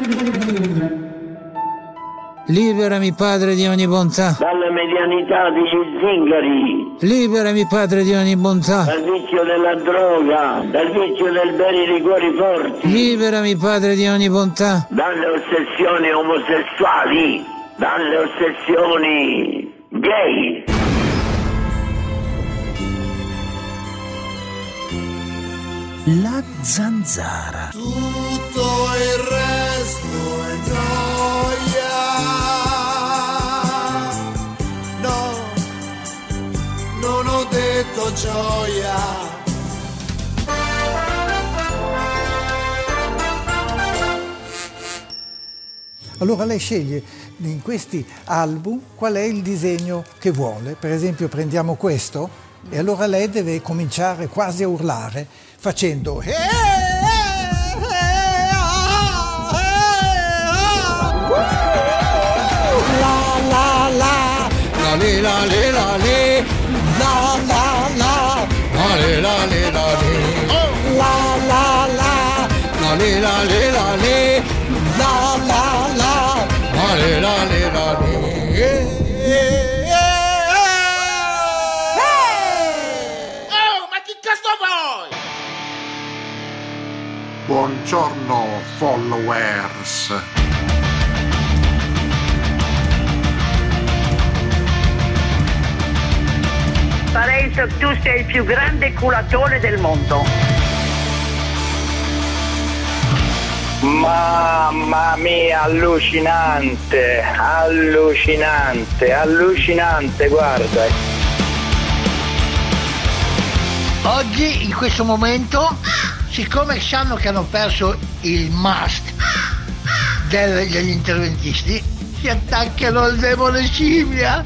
Liberami, Padre di ogni bontà. Dalla medianità degli zingari. Liberami, Padre di ogni bontà. Dal vizio della droga, dal vizio del bere i liquori forti. Liberami, Padre di ogni bontà. Dalle ossessioni omosessuali, dalle ossessioni gay. La zanzara. Tutto il resto è gioia. No, non ho detto gioia. Allora lei sceglie in questi album qual è il disegno che vuole. Per esempio prendiamo questo e allora lei deve cominciare quasi a urlare facendo la la la la le la le la le la la la la le la le la le la la la la le la le la le la la la la le la le la le. Buongiorno followers. Parenzo, tu sei il più grande culatore del mondo. Mamma mia, allucinante, allucinante, allucinante, guarda. Oggi, in questo momento, siccome sanno che hanno perso il must degli interventisti, si attaccano al demone scimmia.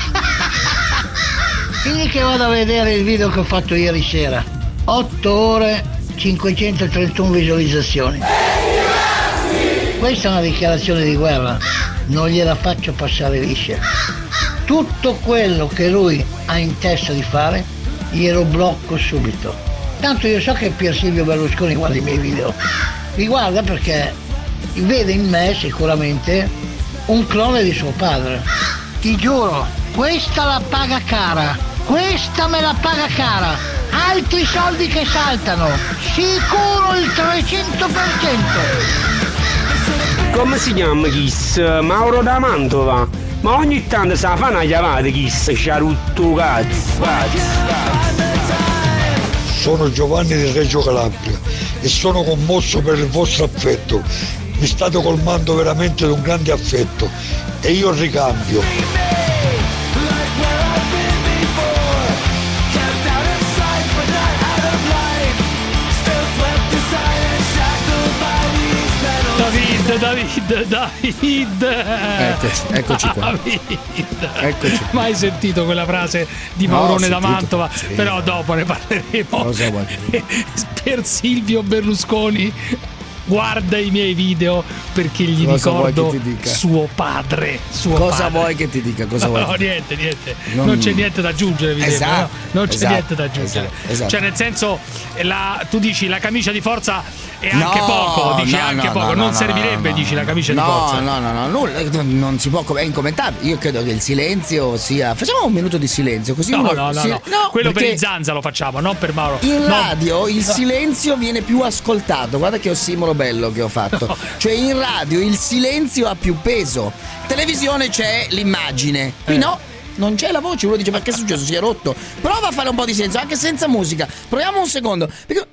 Quindi che vado a vedere il video che ho fatto ieri sera. 8 ore, 531 visualizzazioni. Questa è una dichiarazione di guerra, non gliela faccio passare liscia. Tutto quello che lui ha in testa di fare, glielo blocco subito. Tanto io so che Pier Silvio Berlusconi guarda i miei video. Li guarda perché vede in me sicuramente un clone di suo padre. Ti giuro, questa la paga cara. Questa me la paga cara. Altri soldi che saltano. Sicuro il 300%. Come si chiama Kiss? Mauro da Mantova. Ma ogni tanto sa fa una chiamata Kiss, sciarutto cazzo. Sono Giovanni di Reggio Calabria e sono commosso per il vostro affetto. Mi state colmando veramente di un grande affetto e io ricambio. David. Eccoci qua. Eccoci. Mai sentito quella frase di Maurone da Mantova? Sì. Però dopo ne parleremo. Cosa vuoi? Per Silvio Berlusconi guarda i miei video perché gli ricordo suo padre. Cosa vuoi che ti dica? Cosa vuoi? No, niente. Non c'è niente da aggiungere, esatto, no? Non c'è niente da aggiungere. Esatto. Cioè, nel senso, tu dici la camicia di forza è anche poco, dici anche poco, non servirebbe, dici la camicia di forza. No, nulla, non si può, è incommentabile. Io credo che il silenzio sia. Facciamo un minuto di silenzio, così no. Quello per il Zanza lo facciamo, non per Mauro. In radio il silenzio viene più ascoltato. Guarda che ossimoro bello che ho fatto. No. Cioè in radio il silenzio ha più peso. Televisione c'è l'immagine. Qui no. Non c'è la voce, uno dice ma che è successo? Si è rotto. Prova a fare un po' di silenzio, anche senza musica. Proviamo un secondo. Perché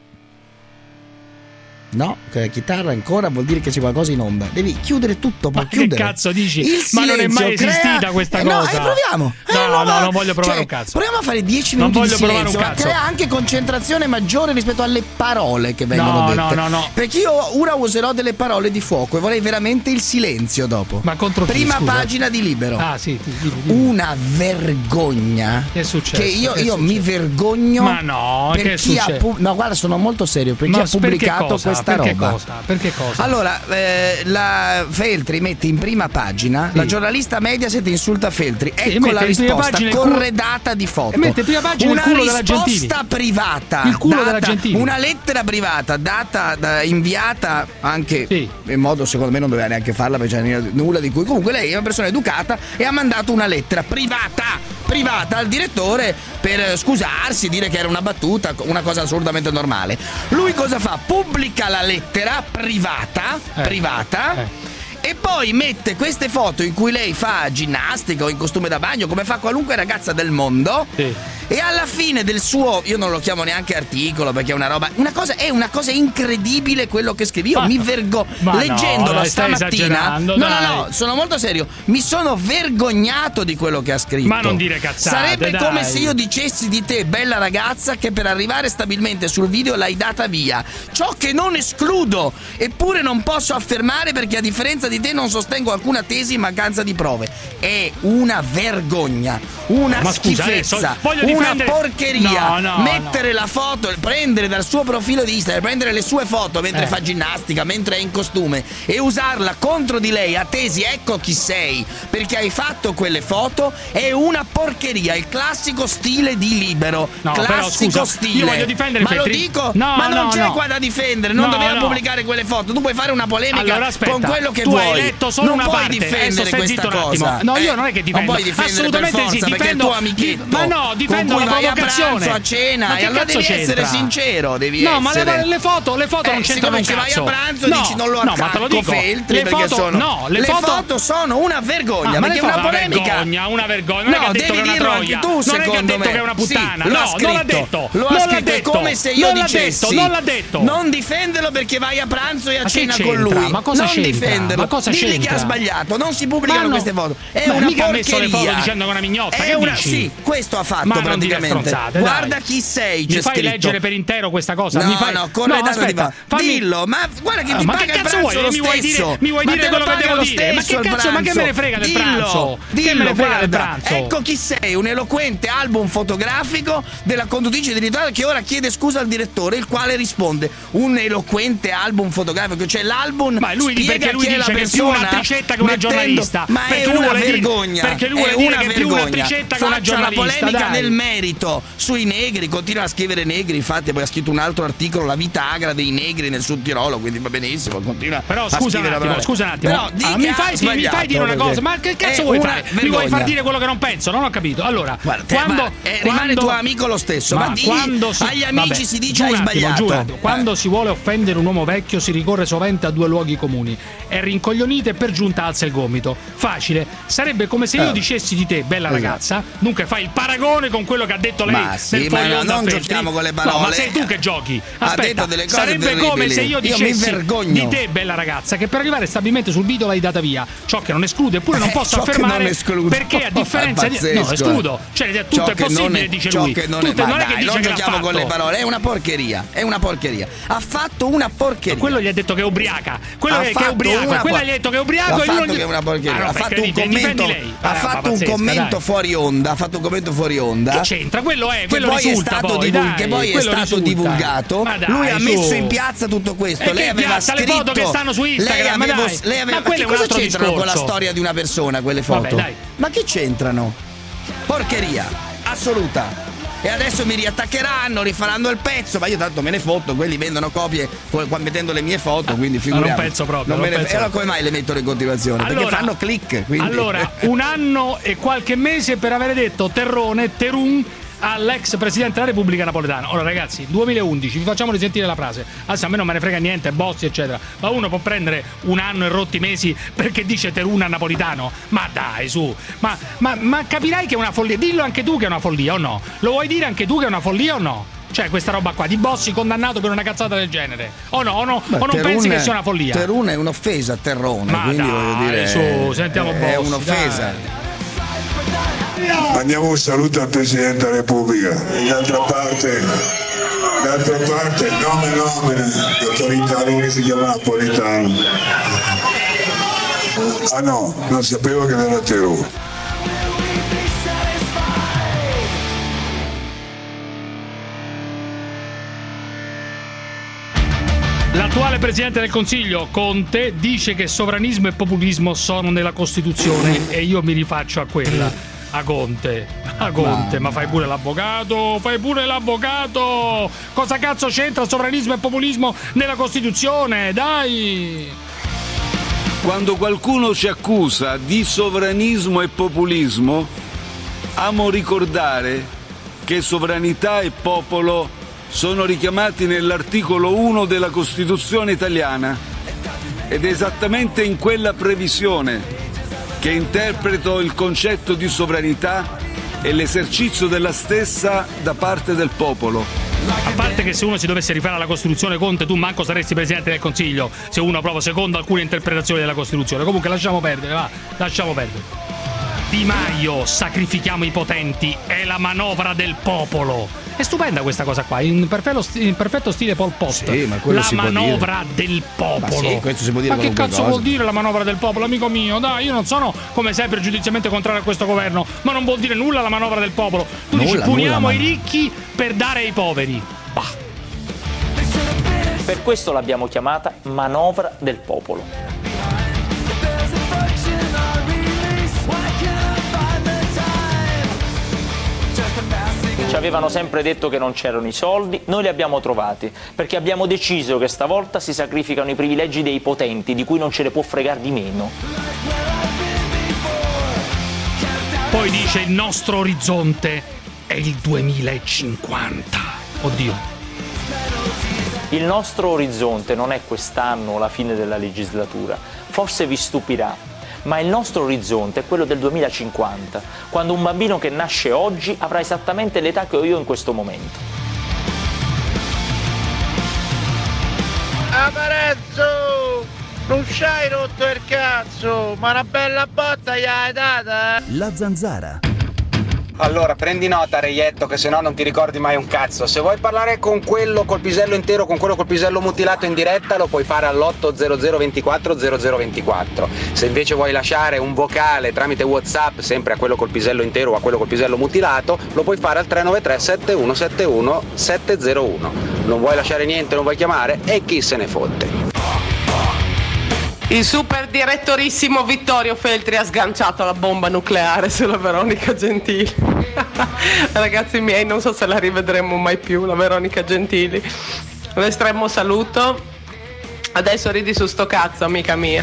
no, chitarra ancora vuol dire che c'è qualcosa in onda. Devi chiudere tutto, ma chiudere. Che cazzo dici? Ma non è mai esistita questa cosa. No, proviamo. No, non voglio provare un cazzo. Proviamo a fare 10 minuti di silenzio, ma crea anche concentrazione maggiore rispetto alle parole che vengono dette. No. Perché io ora userò delle parole di fuoco e vorrei veramente il silenzio dopo. Ma contro chi, prima scusa? Pagina di Libero. Ah, sì, dimmi. Una vergogna. Che è successo? Che io mi vergogno. Ma no, che è successo? No, guarda, sono molto serio. Per chi ha pubblicato questa questa roba. Perché cosa? Allora, la Feltri mette in prima pagina, la giornalista Mediaset insulta Feltri. Ecco la risposta corredata di foto. E mette in prima pagina il culo della Gentili. Una risposta privata. Il culo della Gentili. Una lettera privata inviata anche in modo, secondo me non doveva neanche farla perché c'era nulla di cui. Comunque lei è una persona educata e ha mandato una lettera privata al direttore per scusarsi, dire che era una battuta, una cosa assolutamente normale. Lui cosa fa? Pubblica la lettera privata e poi mette queste foto in cui lei fa ginnastica o in costume da bagno, come fa qualunque ragazza del mondo. E alla fine del suo, io non lo chiamo neanche articolo perché è una cosa incredibile quello che scrivi. Io mi leggendolo stamattina. No, sono molto serio. Mi sono vergognato di quello che ha scritto. Ma non dire cazzate. Sarebbe come se io dicessi di te, bella ragazza, che per arrivare stabilmente sul video l'hai data via. Ciò che non escludo, eppure non posso affermare perché a differenza di te non sostengo alcuna tesi in mancanza di prove. È una vergogna, una schifezza, una porcheria. Mettere la foto, prendere dal suo profilo di Instagram, prendere le sue foto mentre fa ginnastica, mentre è in costume e usarla contro di lei a tesi, ecco chi sei, perché hai fatto quelle foto, è una porcheria, il classico stile di Libero. Classico stile. Io voglio difendere ma Feltri. Lo dico, ma non c'è qua da difendere, non doveva pubblicare quelle foto. Tu puoi fare una polemica con quello che vuoi. Hai letto solo non una puoi parte. difendere questa cosa. No, io non è che difendo. Non puoi difendere per forza, perché il tuo amichetto. Ma no, difendo la provocazione. A cena e allora devi essere sincero, ma le foto non c'entrano un cazzo. Vai a pranzo dici non lo attacco Feltri perché le foto sono una vergogna, perché è una polemica. Una vergogna. Non è che ha detto che è una troia. Tu, non è che ha detto che è una puttana. No, non l'ha detto. Lo ha scritto, è come se io dicessi non l'ha detto. Non difenderlo perché vai a pranzo e a cena con lui. Ma cosa non c'entra? difenderlo. Digli che ha sbagliato, non si pubblicano queste foto. È una mica porcheria. Ha messo le foto dicendo che è una mignotta. Che dici? Sì, questo ha fatto praticamente. Guarda chi sei, mi fai leggere per intero questa cosa? Aspetta, dillo, ma guarda che ti paga il pranzo lo stesso. Mi vuoi dire quello che devo dire? Ma che cazzo, ma che me ne frega del pranzo? Che me ne frega del pranzo? Ecco chi sei, un eloquente album fotografico della conduttrice di Rituale che ora chiede scusa al direttore, il quale risponde: un eloquente album fotografico, cioè l'album. Ma lui perché lui dice che è più una tricetta che una giornalista. Ma è una vergogna. Perché lui vuole dire che è più una tricetta che una giornalista. Faccia la polemica nel merito sui negri, continua a scrivere negri, infatti poi ha scritto un altro articolo, la vita agra dei negri nel Sud Tirolo, quindi va benissimo, continua. Però scusa un attimo. Però mi fai dire una cosa, ma che cazzo vuoi fare? Mi vuoi far dire quello che non penso? Non ho capito. Allora, rimane tuo amico lo stesso, ma agli amici si dice hai sbagliato. Quando si vuole offendere un uomo vecchio si ricorre sovente a due luoghi comuni: è rincoglionito e per giunta alza il gomito. Facile, sarebbe come se io dicessi di te, bella ragazza, dunque fai il paragone con quello che ha detto lei. Ma sì, ma non giochiamo con le parole. No, ma sei tu che giochi. Ha detto delle cose sarebbe terribili. Come se io dicessi di te, bella ragazza, che per arrivare stabilmente sul video l'hai data via. Ciò che non esclude, eppure non posso affermare perché a differenza di no, escludo. Cioè tutto è possibile, dice lui. Non giochiamo con le parole, è una porcheria. Ha fatto una porcheria. Ma quello gli ha detto che è ubriaca. Quello che è ubriaco, quella gli ha detto che è ubriaco e lui che è una porcheria. Ha fatto un commento fuori onda. Che c'entra? Quello risulta che poi è stato divulgato. Lui ha messo in piazza tutto questo. Lei aveva scritto le foto che stanno su Instagram. Ma che cosa c'entrano con la storia di una persona quelle foto? Ma che c'entrano? Porcheria assoluta. E adesso mi riattaccheranno, rifaranno il pezzo, ma io tanto me ne fotto, quelli vendono copie mettendo le mie foto, quindi figuriamoci. Non penso proprio. E allora come mai le mettono in continuazione? Perché fanno click. Quindi. Allora, un anno e qualche mese per avere detto terun all'ex presidente della Repubblica Napoletano. Ora ragazzi, 2011, vi facciamo risentire la frase. Adesso a me non me ne frega niente, Bossi eccetera, ma uno può prendere un anno e rotti mesi perché dice Teruna Napolitano? Ma dai, su, ma capirai che è una follia. Dillo anche tu che è una follia o no? Lo vuoi dire anche tu che è una follia o no? Cioè questa roba qua di Bossi condannato per una cazzata del genere o no? O non pensi che sia una follia? Teruna è un'offesa a Terrone, ma quindi dai, voglio dire su, sentiamo Bossi, è un'offesa, dai. Mandiamo un saluto al Presidente della Repubblica. D'altra parte nome l'autorità che si chiama Napolitano. Ah no, non sapevo che era Terù. La L'attuale Presidente del Consiglio, Conte, dice che sovranismo e populismo sono nella Costituzione e io mi rifaccio a quella, a Conte, ma fai pure l'avvocato, cosa cazzo c'entra sovranismo e populismo nella Costituzione, dai! Quando qualcuno ci accusa di sovranismo e populismo, amo ricordare che sovranità e popolo sono richiamati nell'articolo 1 della Costituzione italiana ed è esattamente in quella previsione che interpreto il concetto di sovranità e l'esercizio della stessa da parte del popolo. A parte che se uno si dovesse rifare alla Costituzione, Conte, tu manco saresti Presidente del Consiglio, se uno proprio secondo alcune interpretazioni della Costituzione. Comunque lasciamo perdere. Di Maio, sacrifichiamo i potenti, è la manovra del popolo. È stupenda questa cosa qua, in perfetto stile Pol Pot. Sì, ma quello la si manovra può dire. del popolo. Ma sì, questo si può dire. Ma che cazzo vuol dire la manovra del popolo, amico mio? Dai, io non sono, come sai, pregiudizialmente contrario a questo governo, ma non vuol dire nulla la manovra del popolo. Tu dici puniamo i ricchi per dare ai poveri. Bah. Per questo l'abbiamo chiamata manovra del popolo. Ci avevano sempre detto che non c'erano i soldi, noi li abbiamo trovati, perché abbiamo deciso che stavolta si sacrificano i privilegi dei potenti, di cui non ce ne può fregare di meno. Poi dice il nostro orizzonte è il 2050. Oddio. Il nostro orizzonte non è quest'anno o la fine della legislatura, forse vi stupirà. Ma il nostro orizzonte è quello del 2050, quando un bambino che nasce oggi avrà esattamente l'età che ho io in questo momento. Aparezzo! Non c'hai rotto il cazzo, ma una bella botta gli hai data? La Zanzara. Allora, prendi nota, Reietto, che se no non ti ricordi mai un cazzo. Se vuoi parlare con quello col pisello intero, con quello col pisello mutilato in diretta, lo puoi fare all'800 24 0024. Se invece vuoi lasciare un vocale tramite WhatsApp, sempre a quello col pisello intero o a quello col pisello mutilato, lo puoi fare al 393 7171 701. Non vuoi lasciare niente, non vuoi chiamare? E chi se ne fotte? Il super direttorissimo Vittorio Feltri ha sganciato la bomba nucleare sulla Veronica Gentili. Ragazzi miei, non so se la rivedremo mai più, la Veronica Gentili. Un estremo saluto. Adesso ridi su sto cazzo, amica mia.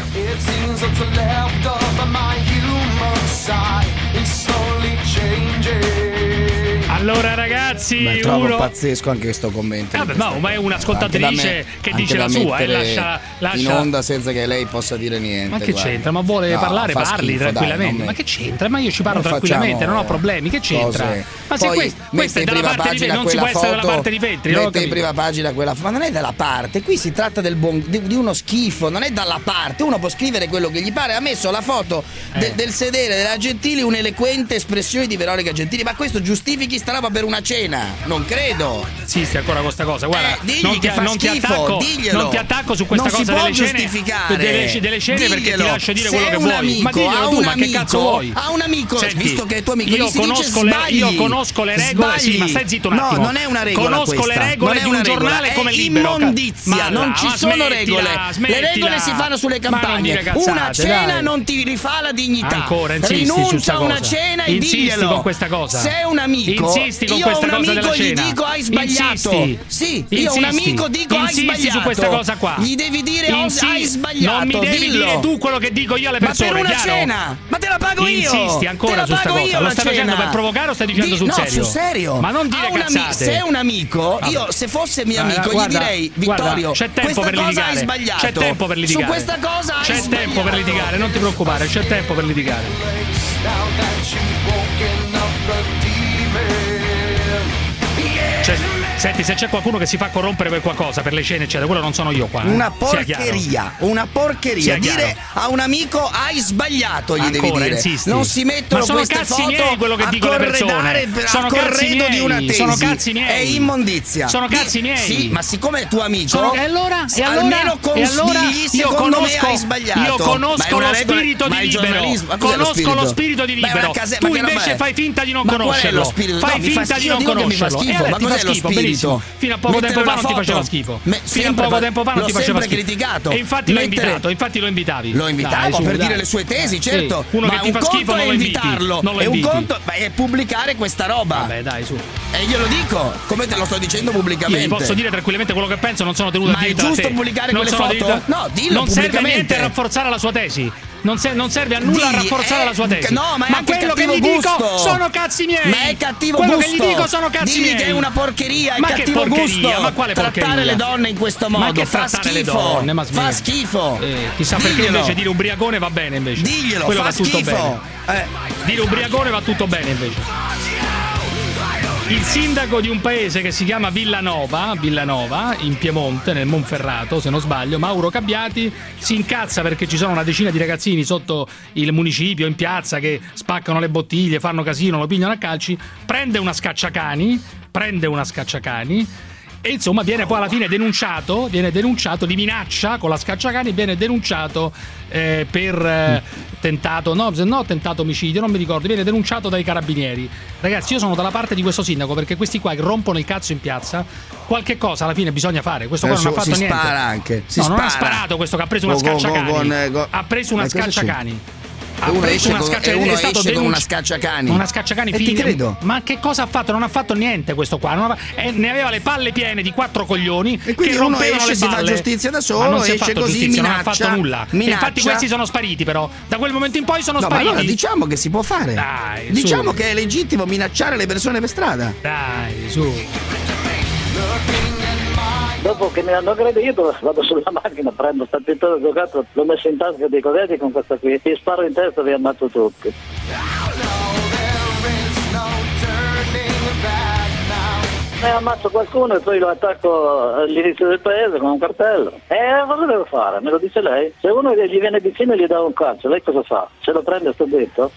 Allora ragazzi, ma trovo pazzesco anche questo commento. No, ma è un'ascoltatrice che dice la sua e lascia in onda senza che lei possa dire niente. Ma che c'entra? Ma vuole parlare, parli schifo, tranquillamente. Dai, ma che c'entra? Ma io ci parlo tranquillamente, non ho problemi. Che c'entra? Cose. Ma se questa è dalla parte di Feltri, non si può essere dalla parte di Feltri. Mette in prima pagina quella foto, ma non è dalla parte. Qui si tratta di uno schifo, non è dalla parte. Uno può scrivere quello che gli pare. Ha messo la foto del sedere della Gentili, un'eloquente espressione di Veronica Gentili. Ma questo giustifichi sta roba per una cena? Non credo. Sì, stai ancora con questa cosa. Guarda, non ti attacco su questa cosa delle cene perché ti lascio dire quello che vuoi. Ma diglielo tu, ma che cazzo vuoi? A un amico, visto che è tuo amico, io conosco le regole. Sì, ma stai zitto un attimo. No, non è una regola. Conosco le regole di un giornale come Libero. Immondizia, non ci sono regole. Le regole si fanno sulle campagne. Una cena non ti rifà la dignità. Ancora insisti rinuncia a una cena e diglielo. Con questa cosa. Se è un amico, insisti con questa cosa della cena. Gli dico hai sbagliato. Sì, io un amico dico hai sbagliato. Su questa cosa qua. Gli devi dire hai sbagliato. Non mi devi dire tu quello che dico io alle persone. Ma per una cena. Ma te la pago io. Insisti ancora su questa cosa. Lo stai facendo per provocare o stai dicendo sul serio? No, sul serio. Ma non dire cazzate. Se è un amico, io se fosse mio amico gli direi Vittorio, c'è tempo per litigare. Hai sbagliato. C'è tempo per litigare. Su questa cosa c'è tempo per litigare, non ti preoccupare, c'è tempo per litigare. Senti, se c'è qualcuno che si fa corrompere per qualcosa, per le cene eccetera, quello non sono io qua. Una porcheria, dire a un amico hai sbagliato, gli devi dire. Insisti. Non si mettono queste foto miei quello che dico alle persone. Sono cazzi miei di una tesi. Sono cazzi miei. È immondizia. Sono cazzi miei. Sì, ma siccome è tuo amico, allora almeno consigli, secondo me hai sbagliato. Io conosco lo spirito di Libero. Conosco lo spirito di Libero. Tu invece fai finta di non conoscerlo. Fai finta di non conoscerlo. Ma cos'è lo spirito? merito. Fino a poco tempo fa non ti faceva schifo. Fino a poco tempo fa non ti faceva schifo. Criticato. E infatti l'ho invitato, infatti lo invitavi. Lo invitavo per dire le sue tesi, certo. Sì. Uno ma che ti fa schifo non lo invitarlo. Non lo è un inviti. conto è pubblicare questa roba. Vabbè, dai, su. E glielo dico, come te lo sto dicendo pubblicamente. Io posso dire tranquillamente quello che penso, non sono tenuto a dire da te. Ma è giusto pubblicare quelle foto? No, dillo non serve a pubblicamente. niente a rafforzare la sua tesi. Non serve a nulla a rafforzare la sua tesi. No, ma è anche quello che cattivo gli gusto. dico sono cazzi miei. Ma è cattivo quello gusto. Quello che gli dico sono cazzi miei. Che è una porcheria, è ma cattivo che porcheria? gusto. Ma quale porcheria? Trattare le donne in questo modo. Ma che fa trattare schifo. le donne? Ma fa schifo. Chissà perché invece dire ubriacone va bene invece. Diglielo, quello fa va tutto schifo. Bene. Dire ubriacone va tutto bene invece. Il sindaco di un paese che si chiama Villanova, in Piemonte, nel Monferrato, se non sbaglio, Mauro Cabbiati, si incazza perché ci sono una decina di ragazzini sotto il municipio, in piazza, che spaccano le bottiglie, fanno casino, lo pigliano a calci, prende una scacciacani e insomma viene poi alla fine denunciato, li minaccia con la scacciacani, viene denunciato per tentato omicidio, non mi ricordo, viene denunciato dai carabinieri. Ragazzi, io sono dalla parte di questo sindaco, perché questi qua che rompono il cazzo in piazza, qualche cosa alla fine bisogna fare. Questo qua non ha fatto niente. Spara anche. Non ha sparato questo che ha preso una scacciacani. Ha preso una scacciacani. Uno esce con una scacciacani. Una scacciacani ti credo. Ma che cosa ha fatto? Non ha fatto niente questo qua. Ne aveva le palle piene di 4 coglioni. E quindi che uno rompevano esce, le si balle. fa giustizia da solo, ma non si esce così, giustizia, minaccia. Non ha fatto nulla. Infatti questi sono spariti, però. Da quel momento in poi sono spariti. Ma allora diciamo che si può fare. Dai, diciamo che è legittimo minacciare le persone per strada. Dai, su. Dopo che mi hanno aggredito vado sulla macchina, prendo sta pistola di giocattolo, l'ho messo in tasca dei colleghi con questa qui, ti sparo in testa e vi ammazzo tutti. E ammazzo qualcuno e poi lo attacco all'inizio del paese con un cartello. Cosa devo fare? Me lo dice lei? Se uno gli viene vicino e gli dà un calcio, lei cosa fa? Se lo prende sto dritto?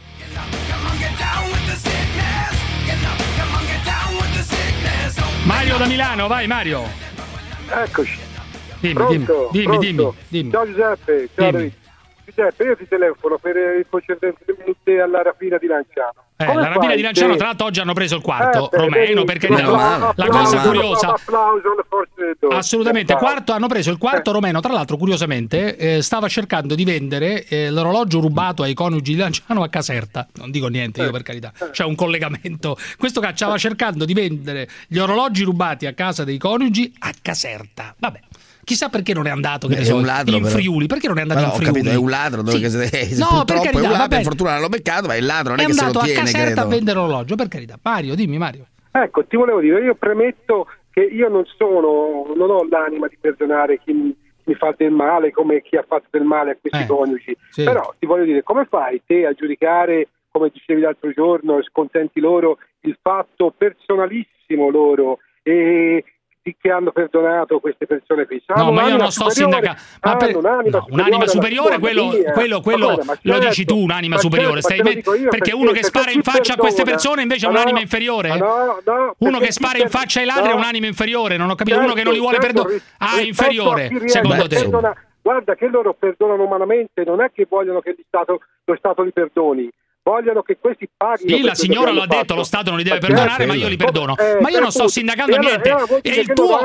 Mario da Milano, vai Mario. Eccoci. Dimmi. Ciao Giuseppe, Giuseppe, io ti telefono per il concedente alla rapina di Lanciano. La rapina di Lanciano, tra l'altro oggi hanno preso il quarto, Romeno, perché la cosa curiosa. Assolutamente, hanno preso il quarto. Romeno, tra l'altro, curiosamente, stava cercando di vendere l'orologio rubato ai coniugi di Lanciano a Caserta. Non dico niente io, per carità, c'è un collegamento. Questo che stava cercando di vendere gli orologi rubati a casa dei coniugi a Caserta. Vabbè. Chissà perché non è andato un ladro, in Friuli. Perché non è andato in Friuli? Ho capito, è un ladro. No, purtroppo è un ladro, per fortuna l'hanno beccato, ma è il ladro, non è che se lo tiene. È andato a Caserta credo. a vendere l'orologio, per carità. Mario, dimmi Mario. Ecco, ti volevo dire, io premetto che io non ho l'anima di perdonare chi mi fa del male come chi ha fatto del male a questi coniugi. Sì. Però ti voglio dire, come fai te a giudicare, come dicevi l'altro giorno, scontenti loro il fatto personalissimo loro e che hanno perdonato queste persone qui. No, ma io non sto sindacando. Un'anima superiore, quello lo dici tu, un'anima superiore. Perché uno che spara in faccia a queste persone invece è un'anima inferiore? Uno che spara in faccia ai ladri è un'anima inferiore, non ho capito. Uno che non li vuole perdonare inferiore, secondo te? Guarda che loro perdonano umanamente, non è che vogliono che lo Stato li perdoni. Vogliono che questi paghino. Sì, la signora lo ha detto, lo Stato non li deve perdonare, ma io li perdono. Ma io non sto sindacando niente. E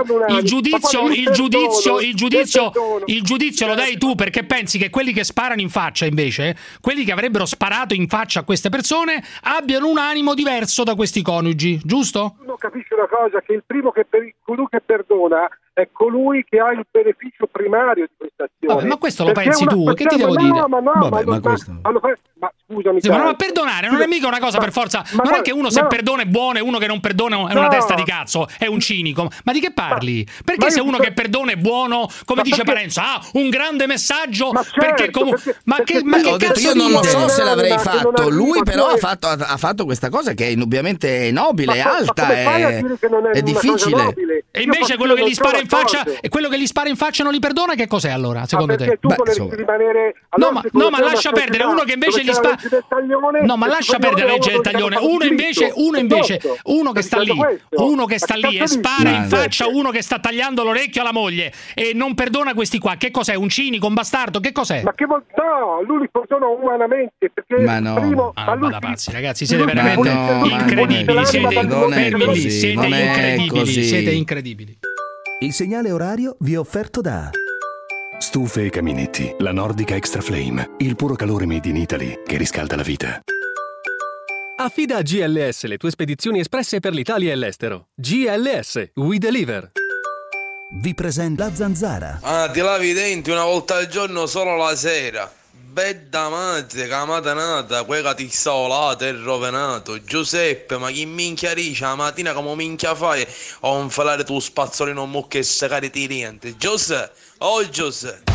il giudizio lo dai tu, perché pensi che quelli che sparano in faccia, invece, quelli che avrebbero sparato in faccia a queste persone, abbiano un animo diverso da questi coniugi, giusto? Uno capisce una cosa, che il primo colui che perdona è colui che ha il beneficio primario di questa azione. Vabbè, ma questo lo pensi tu? Che ti devo dire? Ma scusami. Sì, ma perdonare non è mica una cosa per forza. Non è che uno se perdona è buono e uno che non perdona è una testa di cazzo, è un cinico. Ma di che parli? Perché se uno che perdona è buono, come dice Parenzo, un grande messaggio? Perché comunque. Ma che cazzo? Io non lo so se l'avrei fatto. Lui però ha fatto questa cosa che è indubbiamente nobile, alta, è difficile. E invece quello che gli spara in faccia e quello che gli spara in faccia non li perdona, che cos'è allora secondo te? Tu voleresti rimanere no ma lascia perdere uno che invece gli spara. No, ma lascia perdere la legge del taglione. Uno che sta lì e spara in faccia uno che sta tagliando l'orecchio alla moglie e non perdona questi qua. Che cos'è? Un cinico, un bastardo? Che cos'è? Ma che no, lui li perdona umanamente perché vada pazzi, ragazzi, siete veramente incredibili. Siete incredibili. Il segnale orario vi è offerto da Stufe e Caminetti, la Nordica Extra Flame, il puro calore made in Italy che riscalda la vita. Affida a GLS le tue spedizioni espresse per l'Italia e l'estero. GLS, we deliver. Vi presenta La Zanzara. Ti lavi i denti una volta al giorno solo la sera. Bedda mazze, camatanata, quella ti solata e rovinato. Giuseppe, ma chi minchia dice la mattina come minchia fai a infilare tu spazzolino mo che secare ti riente? Giuseppe, Giuseppe.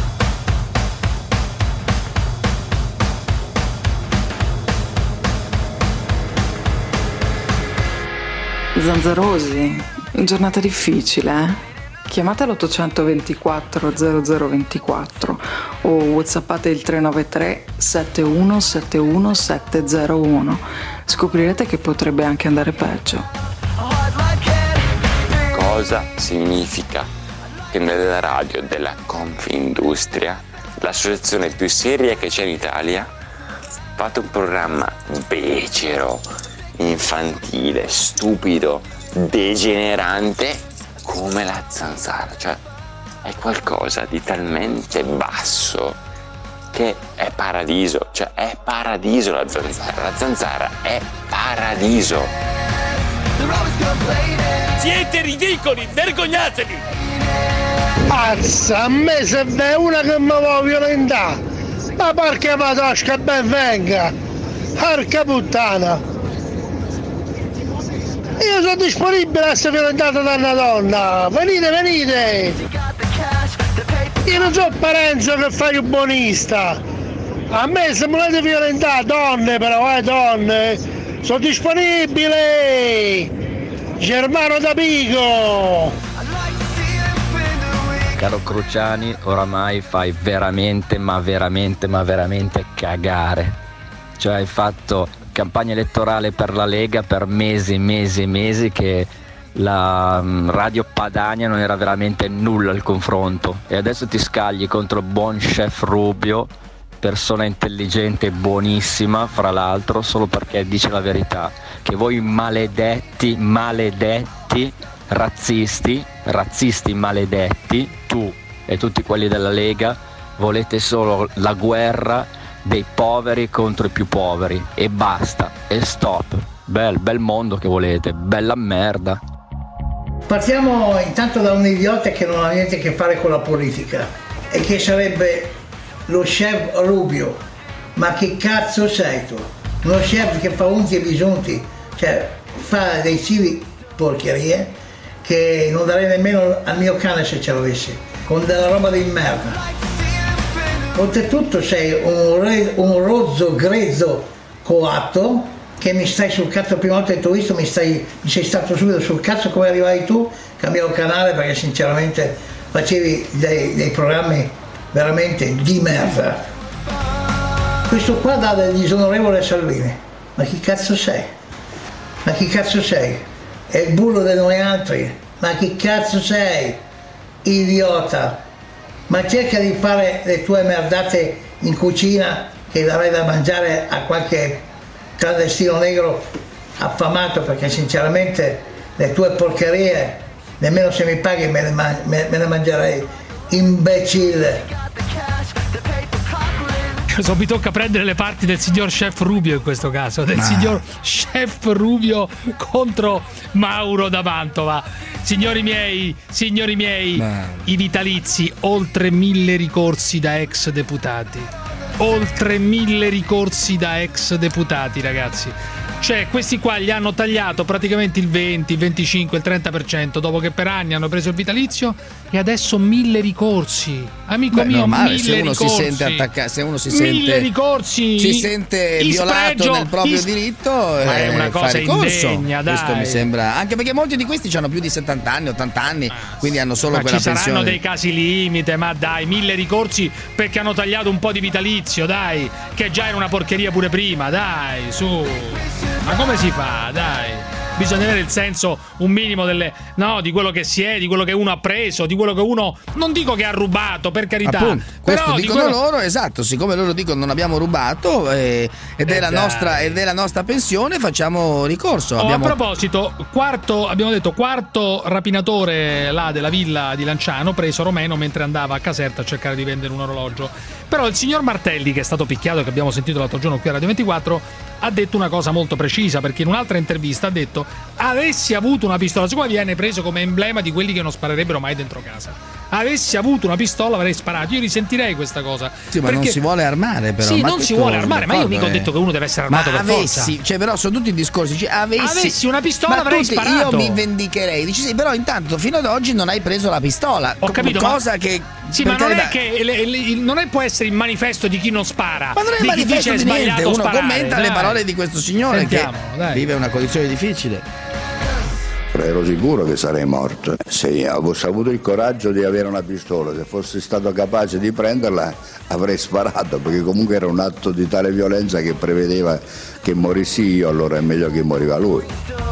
Zanzarosi, giornata difficile, eh? Chiamate l'824 0024 o whatsappate il 393 7171 701. Scoprirete che potrebbe anche andare peggio. Cosa significa che nella radio della Confindustria, l'associazione più seria che c'è in Italia, fate un programma becero, infantile, stupido, degenerante come La Zanzara? Cioè è qualcosa di talmente basso che è paradiso, cioè è paradiso La Zanzara è paradiso. Siete ridicoli, vergognatevi! Pazza, a me se v'è una che mi vuole violentare, ma porca madosca ben venga, porca puttana. Io sono disponibile a essere violentata da una donna. Venite! Io non so Parenzo che fai il buonista. A me se volete violentare, donne però, donne. Sono disponibile. Germano Davigo. Caro Cruciani, oramai fai veramente cagare. Cioè hai fatto campagna elettorale per la Lega per mesi che la radio Padania non era veramente nulla al confronto e adesso ti scagli contro il buon chef Rubio, persona intelligente e buonissima fra l'altro, solo perché dice la verità, che voi maledetti razzisti maledetti, tu e tutti quelli della Lega volete solo la guerra dei poveri contro i più poveri e basta, e stop. Bel mondo che volete, bella merda. Partiamo intanto da un idiota che non ha niente a che fare con la politica e che sarebbe lo chef Rubio. Ma che cazzo sei tu? Uno chef che fa unti e bisunti, cioè fa dei cibi porcherie che non darei nemmeno al mio cane se ce l'avessi, con della roba di merda. Oltretutto sei un rozzo grezzo coatto che mi stai sul cazzo. La prima volta che ti ho visto mi sei stato subito sul cazzo. Come arrivai tu? Cambiavo canale perché sinceramente facevi dei programmi veramente di merda. Questo qua dà del disonorevole a Salvini. Ma chi cazzo sei? È il bullo di noi altri. Ma chi cazzo sei? Idiota! Ma cerca di fare le tue merdate in cucina che darai da mangiare a qualche clandestino negro affamato, perché sinceramente le tue porcherie nemmeno se mi paghi me ne mangerei, imbecille. Mi tocca prendere le parti del signor chef Rubio in questo caso, signor chef Rubio contro Mauro da Mantova. Signori miei, i vitalizi, oltre 1000 ricorsi da ex deputati. Oltre 1000 ricorsi da ex deputati, ragazzi. Cioè, questi qua gli hanno tagliato praticamente il 20, il 25, il 30% dopo che per anni hanno preso il vitalizio e adesso 1000 ricorsi. Amico mio, normale, 1000 se uno ricorsi. si sente attaccato, se uno si 1000 sente ricorsi. si sente violato nel proprio diritto, ma è una cosa indegna, dai. Questo mi sembra, anche perché molti di questi hanno più di 70 anni, 80 anni, quindi hanno solo ma quella ci pensione. saranno dei casi limite, ma dai, 1000 ricorsi perché hanno tagliato un po' di vitalizio, dai, che già era una porcheria pure prima, dai, su. Ma come si fa, dai? Bisogna avere il senso un minimo di quello che si è, di quello che uno ha preso, di quello che uno, non dico che ha rubato, per carità. Appunto, questo però dicono loro, esatto, siccome loro dicono non abbiamo rubato ed è la nostra pensione, facciamo ricorso. A proposito, abbiamo detto quarto rapinatore là della villa di Lanciano, preso romeno mentre andava a Caserta a cercare di vendere un orologio. Però il signor Martelli, che è stato picchiato, che abbiamo sentito l'altro giorno qui a Radio 24, ha detto una cosa molto precisa, perché in un'altra intervista ha detto: avessi avuto una pistola, siccome viene preso come emblema di quelli che non sparerebbero mai dentro casa, avessi avuto una pistola avrei sparato. Io risentirei questa cosa. Sì, ma non si vuole armare, però. Sì, non si vuole armare, ma io mica ho detto che uno deve essere armato per forza. Cioè, però sono tutti discorsi. Cioè, avessi una pistola avrei sparato. Io mi vendicherei. Dici sì, però intanto fino ad oggi non hai preso la pistola. Ho capito, cosa che. Sì, ma non è che non può essere il manifesto di chi non spara. Ma non è il manifesto di niente. Uno commenta le parole di questo signore che vive una condizione difficile. Ero sicuro che sarei morto. Se avessi avuto il coraggio di avere una pistola, se fossi stato capace di prenderla, avrei sparato, perché comunque era un atto di tale violenza che prevedeva che morissi io, allora è meglio che moriva lui.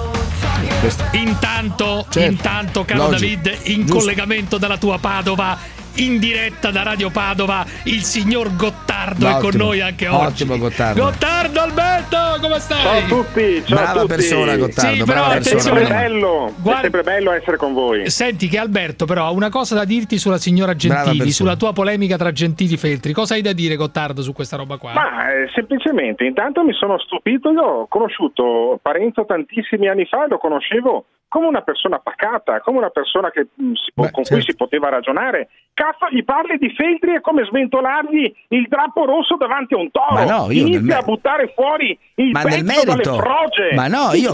Intanto, caro David, in collegamento dalla tua Padova, in diretta da Radio Padova, il signor Gottardo è con noi anche oggi. Ottimo Gottardo. Gottardo Alberto, come stai? Ciao a tutti, brava persona Gottardo, sì, brava è persona. sempre bello essere con voi. Senti che Alberto però ha una cosa da dirti sulla signora Gentili, sulla tua polemica tra Gentili e Feltri. Cosa hai da dire, Gottardo, su questa roba qua? Ma semplicemente, intanto mi sono stupito, io ho conosciuto Parenzo tantissimi anni fa e lo conoscevo come una persona pacata, come una persona con cui si poteva ragionare. Cazzo, gli parli di Feltri è come sventolargli il drappo rosso davanti a un toro. Ma no, inizia a buttare fuori il pezzo dalle froge. Ma no, io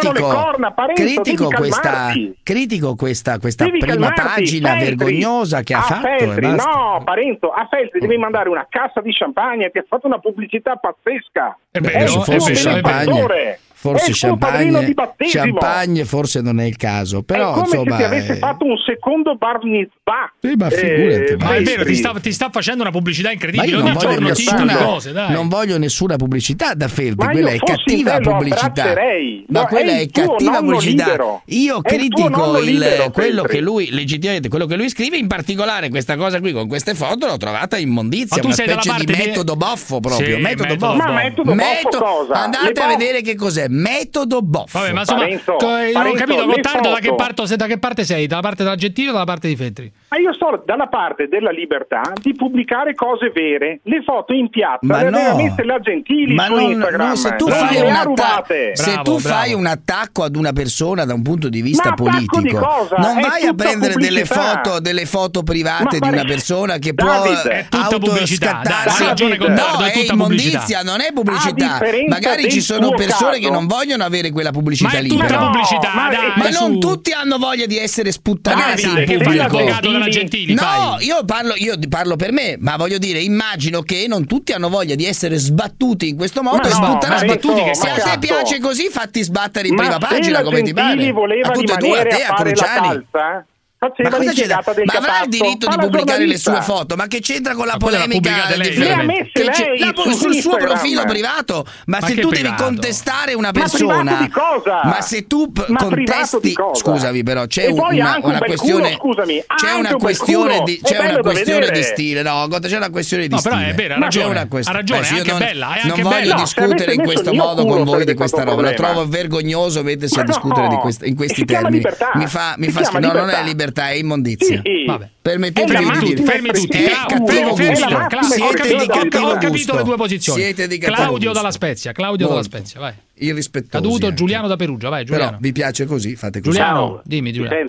critico questa prima pagina vergognosa che ha fatto. Feltri, no, Parenzo, a Feltri devi mandare una cassa di champagne, ti ha fatto una pubblicità pazzesca. Forse champagne forse non è il caso, però è come insomma se ti avesse fatto un secondo bar mitzvah. Ma figurati, ma è vero, ti sta facendo una pubblicità incredibile. Non voglio nessuna pubblicità da Feltri, quella è cattiva pubblicità. Ma quella è cattiva pubblicità. Io critico quello che lui legittimamente, quello che lui scrive, in particolare questa cosa qui con queste foto l'ho trovata immondizia, una specie di metodo boffo proprio, metodo boffo. Ma metodo boffo cosa? Andate a vedere che cos'è. Metodo boffo. Vabbè, ma insomma, non ho capito, Gottardo, da che parte sei? Dalla parte della Gentili o dalla parte di Feltri? Ma io sto dalla parte della libertà di pubblicare cose vere. Le foto in piazza le aveva messe la Gentili su Instagram. Se tu fai un attacco ad una persona da un punto di vista politico, non vai a prendere delle foto private di una persona che può autoscattarsi. No, è immondizia, non è pubblicità. Magari ci sono persone che non vogliono avere quella pubblicità lì. Ma non tutti hanno voglia di essere sputtanati in pubblico. No, io parlo per me, ma voglio dire, immagino che non tutti hanno voglia di essere sbattuti in questo modo e sputtanati. Se a te piace così, fatti sbattere in prima pagina come ti pare. A tutte e due, a te, a Cruciani. Ma cosa c'è ma avrà il diritto di pubblicare le sue foto? Ma che c'entra con la polemica sul suo profilo privato? Ma se tu devi contestare una persona, ma se tu contesti, scusami, però c'è una questione, c'è una questione di stile. No, c'è una questione di stile. Però è vero, ha ragione, è anche bella. Non voglio discutere in questo modo con voi di questa roba. Lo trovo vergognoso mettersi a discutere in questi termini. Mi fa no, non è libertà, è immondizia. Vabbè. Permettetemi di dire, fermi tutti. cattivo gusto. Siete di cattivo gusto. Ho capito le due posizioni. Siete di cattivo Claudio gusto. dalla Spezia, vai. Irrispettosi. Caduto Giuliano da Perugia, vai Giuliano. Però vi piace così, fate così. Giuliano, dimmi Giuliano.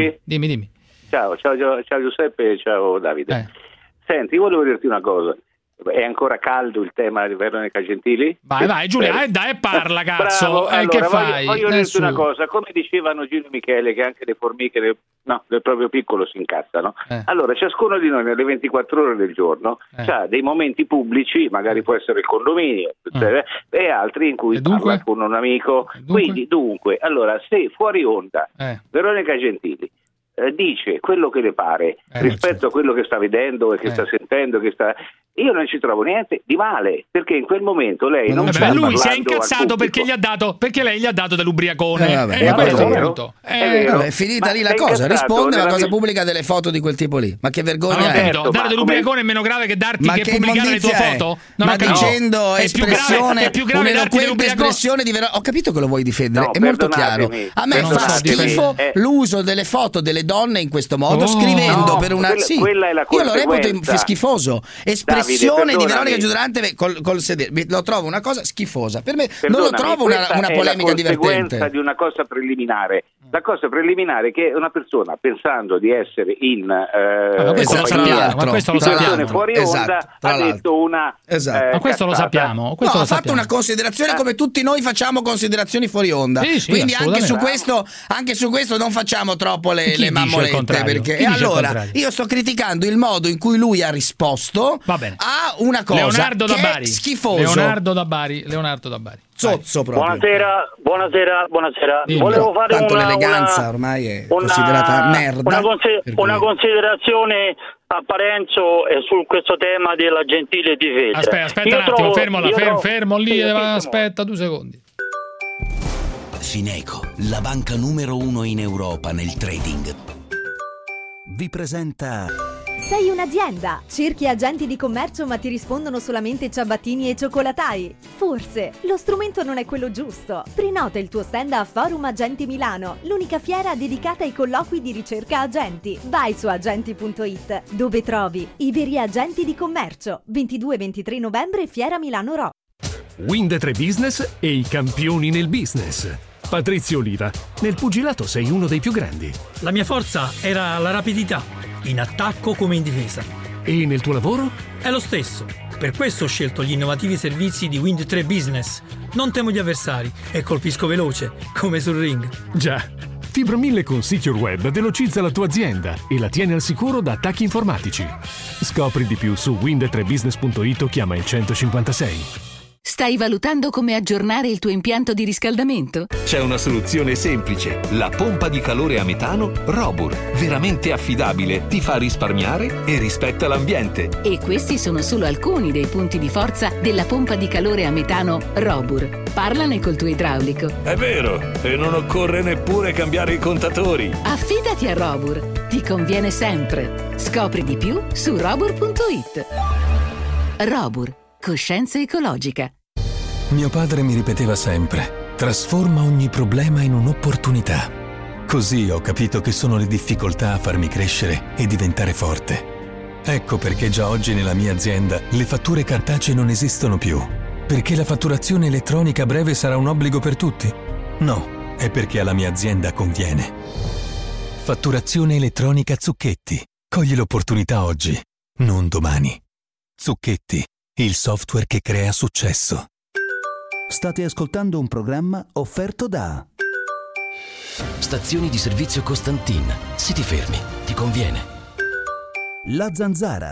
Dimmi. Ciao Giuseppe e ciao Davide. Senti, volevo dirti una cosa. È ancora caldo il tema di Veronica Gentili? Vai Giulia, dai parla, cazzo. Bravo. Allora, che fai? Voglio dirti una cosa, come dicevano Gino e Michele, che anche le formiche del proprio piccolo si incazzano. Allora, ciascuno di noi nelle 24 ore del giorno ha dei momenti pubblici, magari può essere il condominio, e altri in cui parla con un amico. Quindi, allora, se fuori onda Veronica Gentili dice quello che le pare rispetto a quello che sta vedendo e che sta sentendo, io non ci trovo niente di male, perché in quel momento lei non sta parlando. Lui si è incazzato perché lei gli ha dato dell'ubriacone. È finita lì la cosa. Risponde alla cosa pubblica delle foto di quel tipo lì. Ma che vergogna è? Dare dell'ubriacone è meno grave che darti che pubblicare le tue foto? Ma dicendo espressione, è più grave un'eloquente espressione di Ho capito che lo vuoi difendere, è molto chiaro. A me fa schifo l'uso delle foto delle donne in questo modo, scrivendo per una quella è la io lo reputo schifoso. Espressione di Veronica Giudurante col sedere, lo trovo una cosa schifosa. Per me non lo trovo una polemica divertente. È la conseguenza di una cosa preliminare. La cosa preliminare è che una persona, pensando di essere in compagnia fuori onda, ha detto una ma questo lo sappiamo. Ha fatto una considerazione come tutti noi facciamo considerazioni fuori onda. Quindi anche su questo non facciamo troppo le mammolette, perché allora io sto criticando il modo in cui lui ha risposto a una cosa Leonardo che da Bari. è schifoso. Leonardo da Bari. Zozzo proprio. Buonasera. Volevo fare tanto l'eleganza ormai è considerata merda. Una considerazione a Parenzo su questo tema della Gentile di Feltre. Aspetta un attimo, fermo lì, aspetta 2 secondi. Fineco, la banca numero 1 in Europa nel trading, vi presenta... Sei un'azienda, cerchi agenti di commercio ma ti rispondono solamente ciabattini e ciocolatai. Forse lo strumento non è quello giusto. Prenota il tuo stand a Forum Agenti Milano, l'unica fiera dedicata ai colloqui di ricerca agenti. Vai su agenti.it, dove trovi Iberi Agenti di Commercio, 22-23 novembre, Fiera Milano Ro. Wind Tre Business e i campioni nel business. Patrizio Oliva, nel pugilato sei uno dei più grandi. La mia forza era la rapidità, in attacco come in difesa. E nel tuo lavoro? È lo stesso. Per questo ho scelto gli innovativi servizi di Wind Tre Business. Non temo gli avversari e colpisco veloce, come sul ring. Già. Fibra 1000 con Secure Web velocizza la tua azienda e la tiene al sicuro da attacchi informatici. Scopri di più su wind3business.it o chiama il 156. Stai valutando come aggiornare il tuo impianto di riscaldamento? C'è una soluzione semplice. La pompa di calore a metano Robur. Veramente affidabile, ti fa risparmiare e rispetta l'ambiente. E questi sono solo alcuni dei punti di forza della pompa di calore a metano Robur. Parlane col tuo idraulico. È vero, e non occorre neppure cambiare i contatori. Affidati a Robur. Ti conviene sempre. Scopri di più su robur.it. Robur. Coscienza ecologica. Mio padre mi ripeteva sempre: trasforma ogni problema in un'opportunità. Così ho capito che sono le difficoltà a farmi crescere e diventare forte. Ecco perché già oggi nella mia azienda le fatture cartacee non esistono più. Perché la fatturazione elettronica a breve sarà un obbligo per tutti? No, è perché alla mia azienda conviene. Fatturazione elettronica Zucchetti. Cogli l'opportunità oggi, non domani. Zucchetti. Il software che crea successo. State ascoltando un programma offerto da Stazioni di servizio Costantin. Se ti fermi, ti conviene. La Zanzara.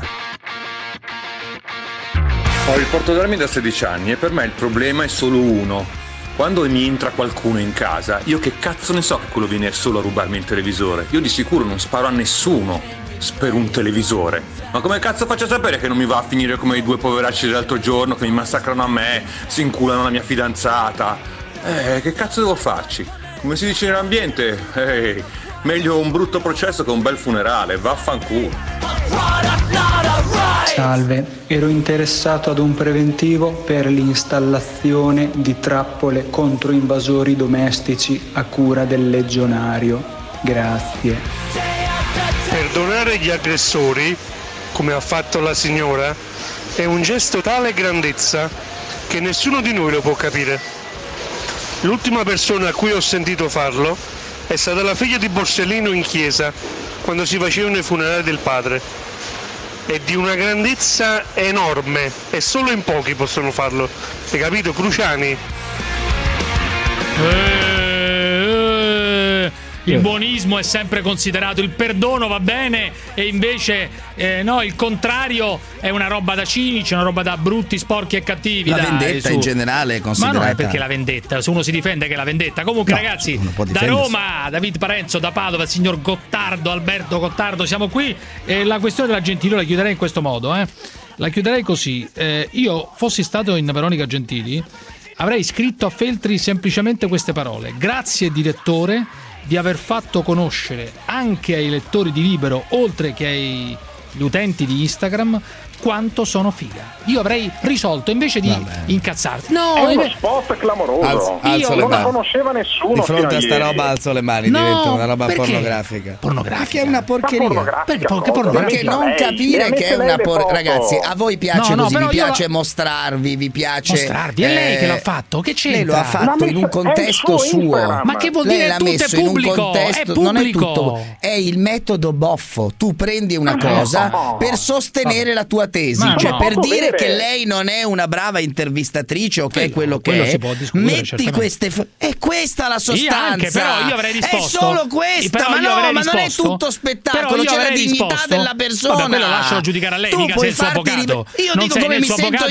Ho il portadarmi da 16 anni e per me il problema è solo uno. Quando mi entra qualcuno in casa, io che cazzo ne so che quello viene solo a rubarmi il televisore? Io di sicuro non sparo a nessuno per un televisore. Ma come cazzo faccio a sapere che non mi va a finire come i 2 poveracci dell'altro giorno che mi massacrano a me, si inculano la mia fidanzata? Che cazzo devo farci? Come si dice nell'ambiente, meglio un brutto processo che un bel funerale, vaffanculo. Salve, ero interessato ad un preventivo per l'installazione di trappole contro invasori domestici a cura del legionario. Grazie. Perdonare gli aggressori, come ha fatto la signora, è un gesto tale grandezza che nessuno di noi lo può capire. L'ultima persona a cui ho sentito farlo è stata la figlia di Borsellino in chiesa, quando si facevano i funerali del padre. è di una grandezza enorme e solo in pochi possono farlo. Hai capito, Cruciani? Il buonismo è sempre considerato, il perdono va bene, e invece no, il contrario è una roba da cinici, una roba da brutti, sporchi e cattivi. La vendetta in generale è considerata. Ma non è perché la vendetta, se uno si difende che è la vendetta. Comunque, no, ragazzi, da Roma, David Parenzo, da Padova, il signor Gottardo, Alberto Gottardo, siamo qui. E la questione della Gentili la chiuderei in questo modo, La chiuderei così. Io fossi stato in Veronica Gentili, avrei scritto a Feltri semplicemente queste parole: grazie direttore di aver fatto conoscere anche ai lettori di Libero, oltre che agli utenti di Instagram, quanto sono figa. Io avrei risolto, invece di incazzarti. No, è uno spot clamoroso. Io non la conosceva nessuno. Di fronte a sta roba alzo le mani, diventa una roba perché? Pornografica. Perché è una porcheria. Perché non capire che è una ragazzi, a voi piace così, vi piace mostrarvi, vi piace mostrarvi. È lei che l'ha fatto, che c'entra? Lei lo ha fatto in un contesto suo. Ma che vuol dire? L'ha messo in un contesto, non è tutto, è il metodo Boffo. Tu prendi una cosa per sostenere la tua tesi, cioè per dire che lei non è una brava intervistatrice o che è quello che è. Metti queste è questa la sostanza. Anche, però io avrei risposto. È solo questa, ma non è tutto spettacolo, c'è la dignità della persona. Vabbè, quello lascialo giudicare a lei, mica sei il suo avvocato. Io dico come mi sento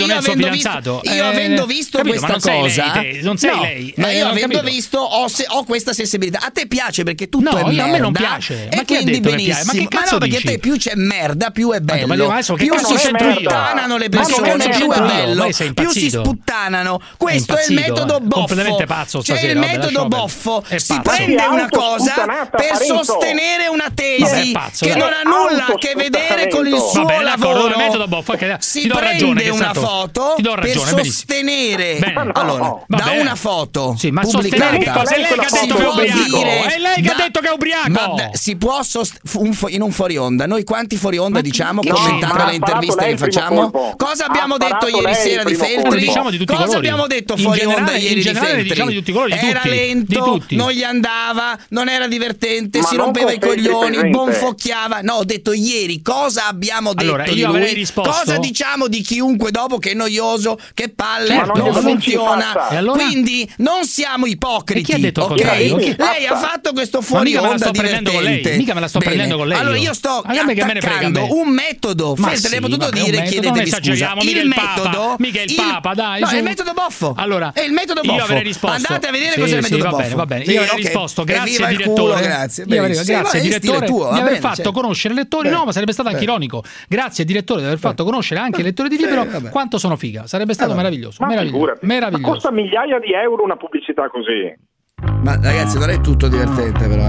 io avendo visto questa cosa. Non sei lei. Ma io avendo visto ho questa sensibilità. A te piace perché tutto è merda. A me non piace. Ma chi ha detto che piace? Ma che cazzo dici? Perché a te più c'è merda, più è bello. Più si sputtanano le persone, più è bello, più si sputtanano. Questo è il metodo Boffo. Completamente pazzo stasera. C'è il metodo Boffo. Si prende una cosa per sostenere una tesi che non ha nulla a che vedere con il suo lavoro. Il metodo Boffo, si prende una foto per sostenere. Allora, da una foto ma sostenere che cosa? È lei che ha detto che è ubriaco. È lei che ha detto che è ubriaco. Si può in un fuori onda. Noi quanti fuori onda diciamo commentando le interviste che facciamo? Cosa abbiamo detto ieri sera di Feltri? Cosa abbiamo detto fuori onda ieri di Feltri? Era lento, non gli andava, non era divertente, si rompeva i coglioni, bonfocchiava. No, ho detto ieri cosa abbiamo detto di lui, cosa diciamo di chiunque dopo, che è noioso, che palle, non funziona. Quindi non siamo ipocriti. Chi ha detto lei ha fatto questo fuori onda divertente. Mica me la sto prendendo con lei. Allora io sto attaccando un metodo. Feltri hai potuto dire, chiedetevi scusa. Il metodo, mica il Papa, dai. No, è il metodo Boffo. Allora, è il metodo Boffo. Io avrei risposto. Andate a vedere cos'è il metodo Boffo. Va bene. Io avrei risposto, grazie direttore. Grazie direttore di aver fatto conoscere i lettori. No, ma sarebbe stato anche ironico. Grazie direttore di aver fatto conoscere anche i lettori di Libero quanto sono figa. Sarebbe stato meraviglioso. Ma costa migliaia di euro una pubblicità così. Ma ragazzi, non è tutto divertente però,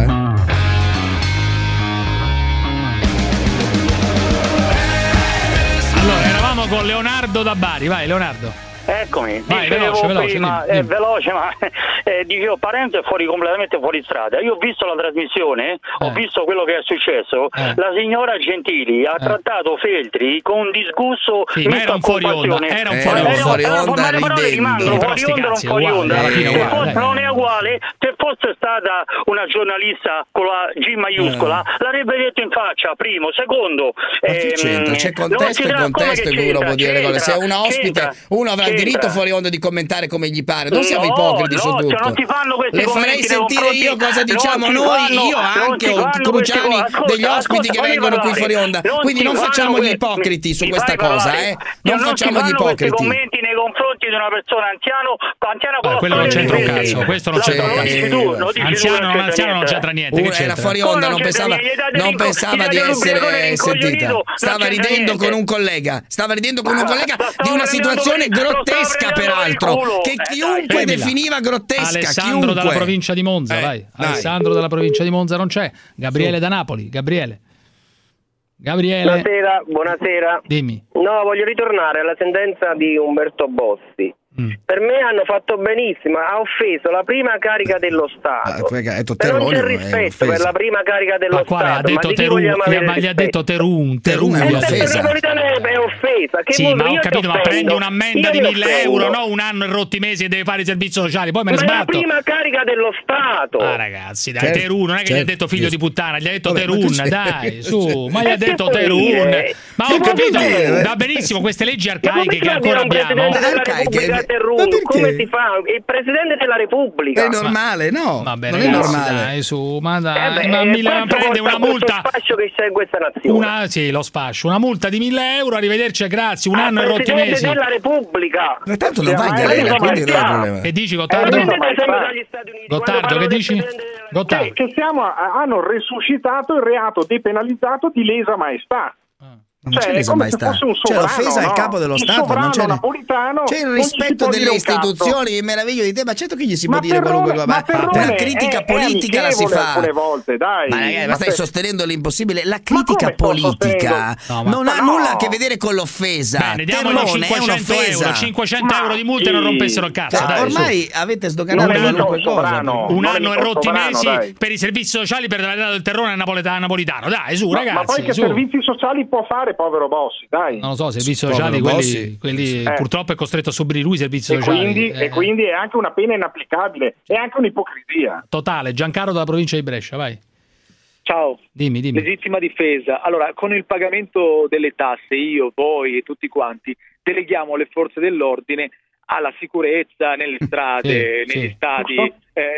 Allora, eravamo con Leonardo da Bari. Vai, Leonardo. Eccomi, vai, dicevo veloce, prima, dimmi. è veloce, ma dicevo Parenzo è completamente fuori strada. Io ho visto la trasmissione, ho visto quello che è successo. La signora Gentili ha trattato Feltri con disgusto, ma era un fuori onda, era un fuori onda, le parole rimangono fuori onda, non fuori onda. Non è uguale. Se fosse stata una giornalista con la G maiuscola, l'avrebbe detto in faccia, primo, secondo. C'è contesto e contesto in cui uno può dire le cose. Se è una ospite, uno avrà il diritto fuori onda di commentare come gli pare. Non siamo ipocriti su tutto. Non ti fanno questi le farei sentire io cosa diciamo noi, io anche o Cruciani, degli ospiti che vengono qui fuori onda. Quindi non facciamo gli ipocriti su questa cosa, non facciamo gli ipocriti. Commenti nei confronti di una persona anziana. Quello non c'entra un cazzo, questo non c'entra un cazzo. Anziano non c'entra niente. Era fuori onda, non pensava di essere sentita. Stava ridendo con un collega di una situazione grottesca, peraltro, che chiunque definiva grottesca. Alessandro dalla provincia di Monza, vai. Alessandro dalla provincia di Monza non c'è. Gabriele da Napoli. Gabriele. Buonasera. Dimmi. No, voglio ritornare alla sentenza di Umberto Bossi. Per me hanno fatto benissimo, ha offeso la prima carica dello Stato. Non c'è rispetto per la prima carica dello Stato. Ha detto gli ha detto Terun è offesa. È offesa. Sì, ma ho capito, ma prendi un'ammenda di 1.000 euro, no? Un anno e rotti mesi e deve fare i servizi sociali, poi me ne sbatto. Ma è la prima carica dello Stato. Ah, ragazzi, dai, Terun, non è che gli ha detto figlio di puttana, gli ha detto Terun, dai, su, ma gli ha detto Terun. Ma ho capito, va benissimo, queste leggi arcaiche che ancora abbiamo. Come si fa? Il Presidente della Repubblica. È normale, no? Vabbè, non ragazzi, è normale. Dai, su, ma dai, ma prende una multa. Lo spaccio che c'è in questa nazione. Sì, lo spaccio. Una multa di 1.000 euro, arrivederci, grazie, un anno e rotti mesi. Presidente della Repubblica. Ma tanto non va in galera, quindi non è un problema. Che dici, Gottardo? Gottardo, che dici? Gottardo. Che hanno resuscitato il reato depenalizzato di lesa maestà. Non c'è lesa maestà, c'è l'offesa al capo dello Stato, non c'è il rispetto delle istituzioni, il meraviglio di te, ma certo che gli si può dire qualunque cosa, ma una critica politica la si fa. Volte, dai. Ma ragazzi, ma stai sostenendo l'impossibile. La critica politica non ha nulla a che vedere con l'offesa. Bene, diamogli 500 euro, 500 euro di multa e non rompessero il cazzo. Ormai avete sdoganato qualunque cosa. Un anno e rotti mesi per i servizi sociali per aver dato il terrone a napolitano. Dai, su, ragazzi. Ma poi che servizi sociali può fare, povero Bossi, dai. Non lo so, servizi sociali, quelli purtroppo è costretto a subire lui i servizi sociali. E quindi è anche una pena inapplicabile, è anche un'ipocrisia. Totale. Giancarlo dalla provincia di Brescia, vai. Ciao. Dimmi. Legittima difesa. Allora, con il pagamento delle tasse, io, voi e tutti quanti, deleghiamo le forze dell'ordine alla sicurezza nelle strade, negli stadi.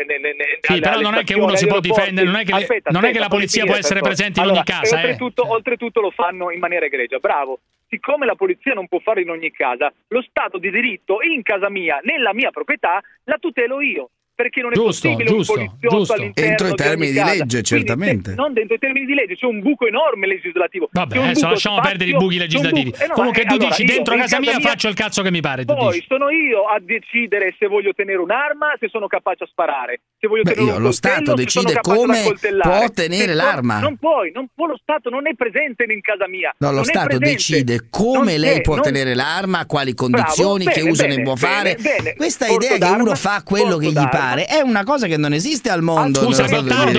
Sì, però non è che uno si può difendere, non è che la polizia può essere presente in ogni casa. Oltretutto lo fanno in maniera egregia. Bravo. Siccome la polizia non può farlo in ogni casa, lo Stato di diritto in casa mia, nella mia proprietà, la tutelo io. Perché non è possibile un poliziotto all'interno entro i termini di legge, certamente. Non dentro i termini di legge, c'è un buco enorme legislativo. Vabbè, adesso lasciamo perdere i buchi legislativi. Comunque tu dici dentro casa mia faccio il cazzo che mi pare. Poi sono io a decidere se voglio tenere un'arma, se sono capace a sparare. Se voglio tenere un coltello, lo Stato decide come può tenere l'arma. Non può, lo Stato non è presente in casa mia. No, lo Stato decide come lei può tenere l'arma, quali condizioni, che uso ne può fare. Questa idea che uno fa quello che gli pare è una cosa che non esiste al mondo. Scusa, Gottardo,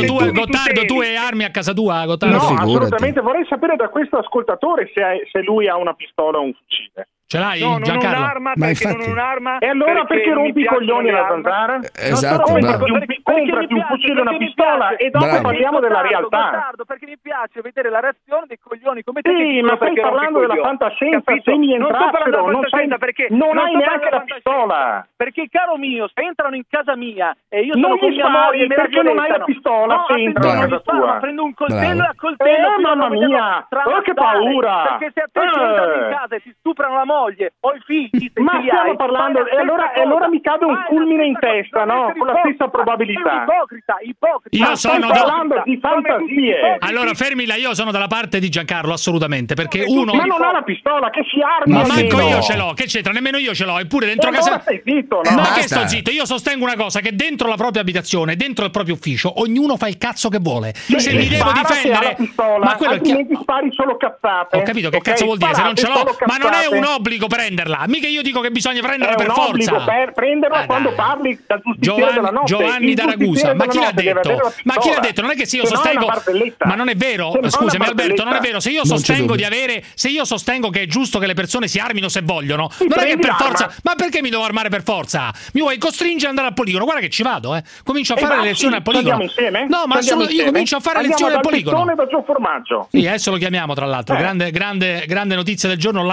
tu hai armi a casa tua? Gottardo? No, assolutamente. Vorrei sapere da questo ascoltatore se lui ha una pistola o un fucile. Ce l'hai, no, Giancarlo? Non un'arma, non un'arma. E allora perché rompi i coglioni alla zanzara? Esatto, comprati un fucile e una pistola e dopo parliamo della realtà. Perché mi piace vedere la reazione dei coglioni come te. Sì, ma stai parlando della fantascienza, se mi entrassero, non hai neanche la pistola. Perché, caro mio, se entrano in casa mia e io sono con mia moglie, perché non hai la pistola se entrano in casa tua? Prendo un coltello e a coltello. Mamma mia, che paura! Perché se a te entrano in casa e ti stuprano la moglie o i figli, ma stiamo parlando e allora mi cade un fulmine in testa, no? Con la stessa probabilità. Ipocrita. Io sono parlando di fantasie. Allora fermila, io sono dalla parte di Giancarlo assolutamente, perché uno ma non ha la pistola, che si arma. Ma manco io ce l'ho, che c'entra? Nemmeno io ce l'ho, eppure dentro casa. Stai zitto, no? Ma che sto zitto? Io sostengo una cosa, che dentro la propria abitazione, dentro il proprio ufficio, ognuno fa il cazzo che vuole. Se mi devo difendere, ma quello altrimenti spari solo cazzate. Ho capito che cazzo vuol dire, se non ce l'ho, ma non è un obbligo prenderla. Mica io dico che bisogna prenderla per forza. Per prenderla quando parli dal giustiziere della notte. Giovanni da Ragusa, ma chi l'ha detto? Ma chi l'ha detto? Non è che se io sostengo, ma non è vero, scusami Alberto, non è vero, se io sostengo di avere, se io sostengo che è giusto che le persone si armino se vogliono, non è che per forza, ma perché mi devo armare per forza? Mi vuoi costringere ad andare al poligono? Guarda che ci vado, comincio a fare le lezioni al poligono. No, ma io comincio a fare lezioni al poligono. Da Gio Formaggio. Sì, adesso lo chiamiamo tra l'altro, grande notizia del giorno,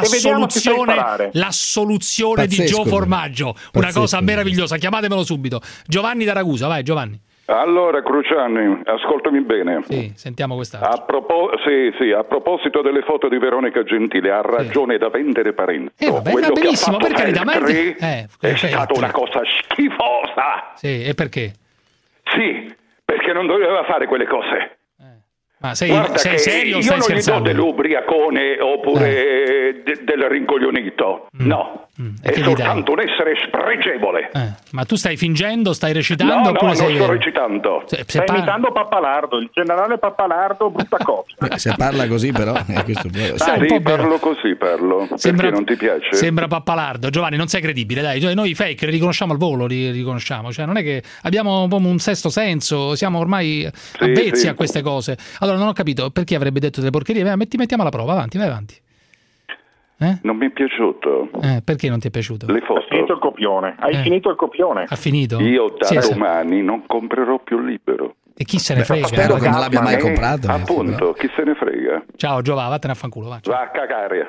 l'assoluzione di Gio Formaggio, una cosa meravigliosa, chiamatemelo subito. Giovanni da Ragusa, vai Giovanni. Allora Cruciani, ascoltami bene. Sì, sentiamo questa. A proposito delle foto di Veronica Gentile, ha ragione da vendere Parenzo. Vabbè, benissimo, per carità, ma è stata una cosa schifosa. Sì, e perché? Sì, perché non doveva fare quelle cose. Ma sei serio o stai scherzando? Io non gli do dell'ubriacone oppure del rincoglionito. No. È soltanto un essere spregevole. Ma tu stai fingendo, stai recitando? No, non sto recitando. Stai imitando Pappalardo, il generale Pappalardo, brutta cosa. Se parla così però... parlo così, perché non ti piace? Sembra Pappalardo. Giovanni, non sei credibile, dai. Cioè, noi fake li riconosciamo al volo, li riconosciamo. Cioè, non è che abbiamo un sesto senso, siamo ormai avvezzi a queste cose. Allora, non ho capito perché avrebbe detto delle porcherie. Mettiamo alla prova, vai avanti. Non mi è piaciuto. Perché non ti è piaciuto? Le foto. Hai finito il copione. Finito il copione. Ha finito? Io da domani non comprerò più il libro. E chi se ne frega? Spero che non l'abbia mai comprato. Appunto, chi se ne frega. Ciao Giova, vattene a fanculo. Va a cagare.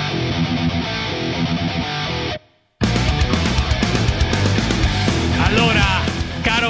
Allora, caro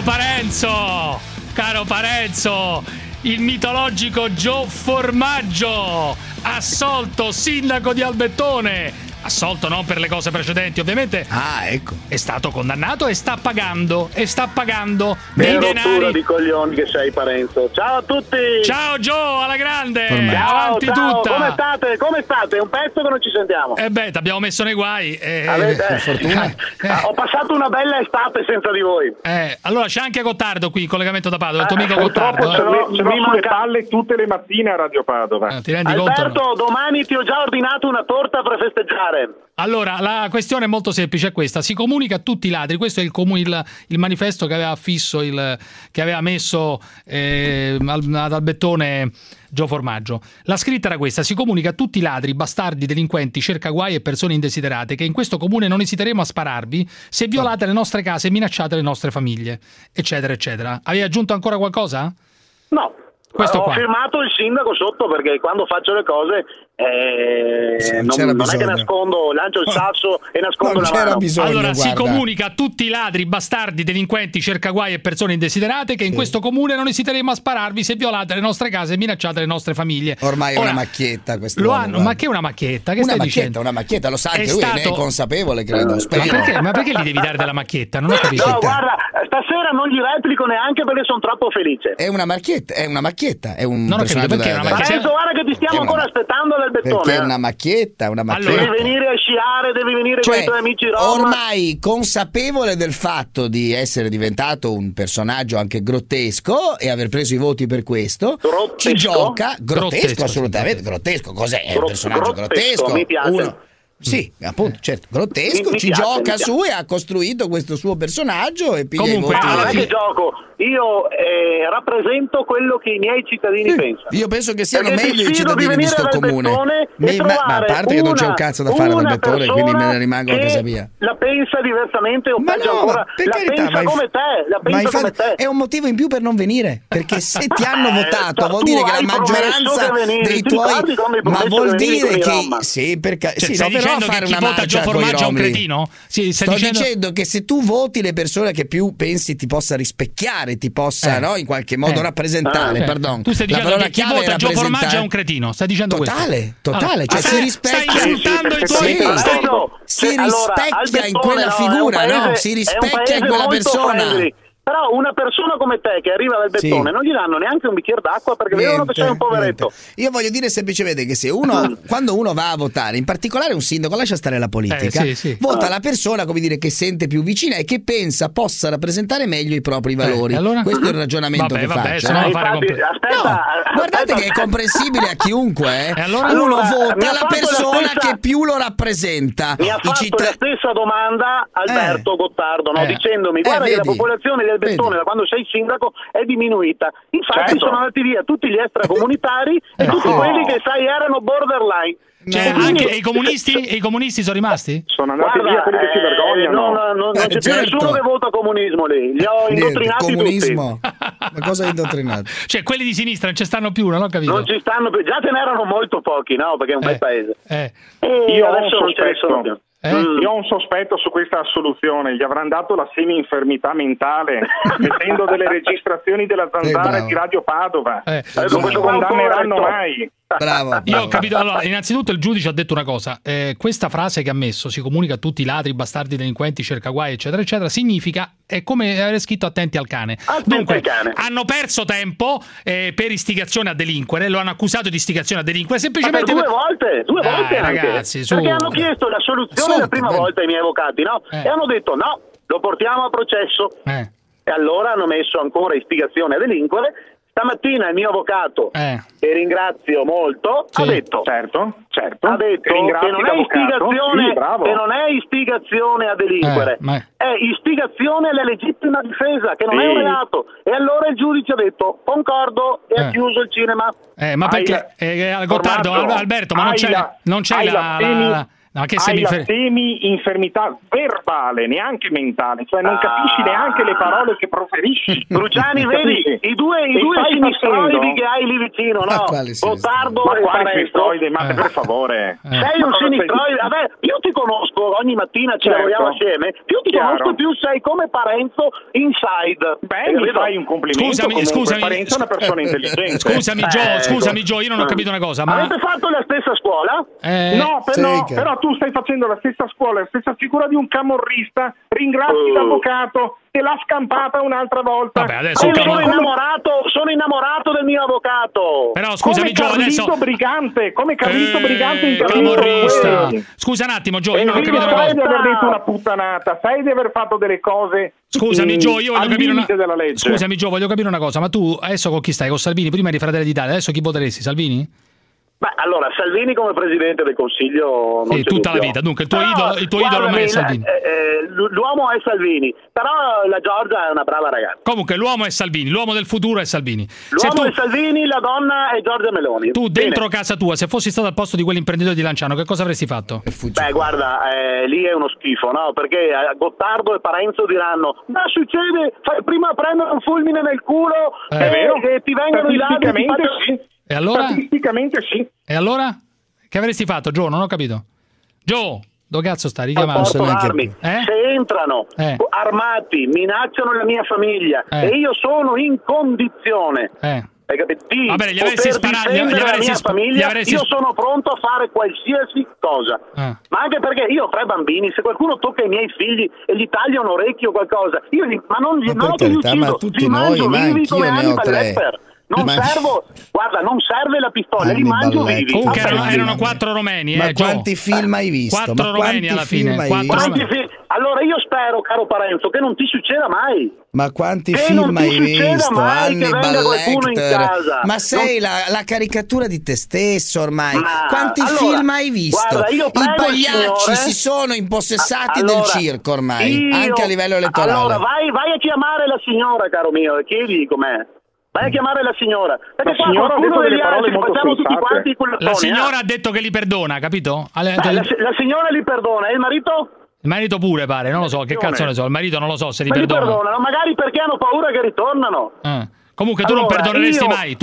Parenzo, il mitologico Gio Formaggio, assolto sindaco di Albettone. Assolto non per le cose precedenti, ovviamente. Ecco. È stato condannato e sta pagando dei denari di coglioni che sei, Parenzo. Ciao a tutti. Ciao Gio, alla grande. Avanti tutta. Come state? È un pezzo che non ci sentiamo. Ti abbiamo messo nei guai. Per fortuna. Ho passato una bella estate senza di voi. Allora c'è anche Gottardo qui in collegamento da Padova, il tuo amico Gottardo. Ce l'ho sulle palle tutte le mattine a Radio Padova. Ti rendi Alberto, conto? domani ti ho già ordinato una torta per festeggiare. Allora, la questione è molto semplice, è questa: si comunica a tutti i ladri. Questo è il manifesto che aveva affisso che aveva messo ad Albettone Gio Formaggio. La scritta era questa: si comunica a tutti i ladri, bastardi, delinquenti, cercaguai e persone indesiderate che in questo comune non esiteremo a spararvi se violate le nostre case e minacciate le nostre famiglie, eccetera eccetera. Avevi aggiunto ancora qualcosa? No. Ho firmato il sindaco sotto, perché quando faccio le cose non è che nascondo, lancio il sasso e nascondo la mano. Allora, si comunica a tutti i ladri, bastardi, delinquenti, cercaguai e persone indesiderate che in questo comune non esiteremo a spararvi se violate le nostre case e minacciate le nostre famiglie. Ormai è una macchietta questo. Ma che è una macchietta? Che stai dicendo? Una macchietta, lo sa anche lui, ne è consapevole, credo. Ma perché gli devi dare della macchietta? Non ho capito. No, guarda, stasera non gli replico neanche perché sono troppo felice. È una macchietta, è un non ho capito perché è una macchietta. Parenzo, guarda che ti stiamo ancora aspettando all'Albettone. Perché è una macchietta. Allora, devi venire a sciare, devi venire con i tuoi amici Roma. Ormai consapevole del fatto di essere diventato un personaggio anche grottesco e aver preso i voti per questo, ci gioca grottesco, assolutamente grottesco. Cos'è? È un personaggio grottesco. Mi piace. Sì, appunto, certo, grottesco, ci gioca su e ha costruito questo suo personaggio e piglia comunque, i voti. Non è che gioco, io rappresento quello che i miei cittadini pensano. Io penso che siano meglio i cittadini di sto comune. Ma a parte che non c'è un cazzo da fare ad Albettone, quindi me ne rimango a casa mia. La pensa diversamente o peggio ancora, pensa come te. È un motivo in più per non venire, perché se ti hanno votato vuol dire che la maggioranza dei tuoi, ma vuol dire che sì, perché sì, dicendo che chi vota Gio Formaggio è un cretino? Sto dicendo che se tu voti le persone che più pensi ti possa rispecchiare, ti possa in qualche modo rappresentare, tu stai dicendo che chi vota Gio Formaggio è un cretino, stai dicendo totale, cioè si rispecchia, stai insultando i tuoi si rispecchia in quella figura, no? Si rispecchia in quella persona. Però una persona come te che arriva dal Bettone non gli danno neanche un bicchiere d'acqua perché vedono che sei un poveretto. Io voglio dire semplicemente che se quando uno va a votare, in particolare un sindaco, lascia stare la politica, vota la persona, come dire, che sente più vicina e che pensa possa rappresentare meglio i propri valori. Allora? Questo è il ragionamento che faccio. Guardate che è comprensibile a chiunque. Uno vota la persona che più lo rappresenta. Mi ha fatto la stessa domanda Alberto Gottardo, dicendomi guarda che la popolazione del Bettone da quando sei sindaco è diminuita, infatti sono andati via tutti gli extracomunitari e tutti quelli che erano borderline. Anche i comunisti sono rimasti? Sono andati via quelli che si vergognano. Non c'è più nessuno che vota comunismo lì, li ho indottrinati tutti. Ma cosa hai indottrinato? Cioè quelli di sinistra non ci stanno più, non ho capito. Non ci stanno più, già ce n'erano molto pochi, no? Perché è un bel paese. Io adesso non ce ne sono più. Io ho un sospetto su questa assoluzione, gli avranno dato la semi-infermità mentale mettendo delle registrazioni della Zanzara di Radio Padova, non lo condanneranno mai. Bravo. Io ho capito. Allora, innanzitutto il giudice ha detto una cosa. Questa frase che ha messo, si comunica a tutti i ladri, bastardi, delinquenti, cercaguai, eccetera, eccetera, significa, è come avere scritto attenti al cane. Dunque, hanno perso tempo per istigazione a delinquere, lo hanno accusato di istigazione a delinquere, semplicemente... Ma per due volte anche. Ragazzi, perché hanno chiesto la soluzione la prima volta ai miei avvocati, no? E hanno detto no, lo portiamo a processo. E allora hanno messo ancora istigazione a delinquere. Stamattina il mio avvocato, che ringrazio molto, ha detto, certo, ha detto che non è istigazione, che non è istigazione a delinquere, è istigazione alla legittima difesa, che non è un reato. E allora il giudice ha detto concordo e ha chiuso il cinema. Ma perché Gottardo, Alberto, ma non c'è la No, che hai la semi-infermità verbale, neanche mentale, cioè non capisci neanche le parole che proferisci. Bruciani, vedi, i due sinistroidi che hai lì vicino, no? Gottardo e Parenzo. Ma per favore. Sei un sinistroide, vabbè, più ti conosco, ogni mattina ci lavoriamo assieme, più ti conosco, più sei come Parenzo inside. Beh, mi fai un complimento. Scusami, Parenzo è una persona intelligente. Scusami Gio, io non ho capito una cosa. Ma avete fatto la stessa scuola? No, però tu stai facendo la stessa scuola, la stessa figura di un camorrista, ringrazi l'avvocato e l'ha scampata un'altra volta. Vabbè, adesso sono innamorato del mio avvocato. Però scusami Gio, adesso come Carlito Brigante camorrista. Scusa un attimo Gio, io non ho capito una cosa. Sai di aver detto una puttanata, sai di aver fatto delle cose. Scusami Gio, io voglio capire Scusami Gio, voglio capire una cosa, ma tu adesso con chi stai? Con Salvini? Prima eri Fratelli d'Italia, adesso chi voteresti? Salvini? Beh, allora, Salvini come Presidente del Consiglio non c'è tutta dubbio. la vita, dunque il tuo idolo non è Salvini. L'uomo è Salvini, però la Giorgia è una brava ragazza. Comunque l'uomo è Salvini, l'uomo del futuro è Salvini. L'uomo è Salvini, la donna è Giorgia Meloni. Tu dentro casa tua, se fossi stato al posto di quell'imprenditore di Lanciano, che cosa avresti fatto? Beh, guarda, lì è uno schifo, no? Perché Gottardo e Parenzo diranno ma succede, fai prima prendere un fulmine nel culo e ti vengono i ladri. E allora? Statisticamente sì. E allora? Che avresti fatto, Gio? Non ho capito. Gio, dove cazzo sta? Richiamando. Se entrano armati, minacciano la mia famiglia e io sono in condizione hai capito? Di difendere la mia famiglia, io sono pronto a fare qualsiasi cosa. Ma anche perché io ho 3 bambini, se qualcuno tocca i miei figli e gli taglia un orecchio o qualcosa, io non li uccido, ma tutti li mangio vivi come Hannibal 3. Lecter. Non serve la pistola, li mangio vivi. Comunque erano 4 romeni. Ma quanti film hai visto? 4 romeni alla fine. Allora io spero, caro Parenzo, che non ti succeda mai. Ma quanti film hai visto? Hannibal Lecter. Ma sei la caricatura di te stesso ormai. Quanti film hai visto? Guarda, i pagliacci si sono impossessati del circo ormai, anche a livello elettorale. Allora vai a chiamare la signora, caro mio, e chiedi com'è. Vai a chiamare la signora. Perché la signora ha detto delle parole molto facciamo tutti quanti la signora ha detto che li perdona, capito? La signora li perdona e il marito? Il marito pure pare, non lo so, che cazzo ne so, il marito non lo so se li perdona. Perdonano, magari perché hanno paura che ritornano. Comunque tu non perdoneresti mai,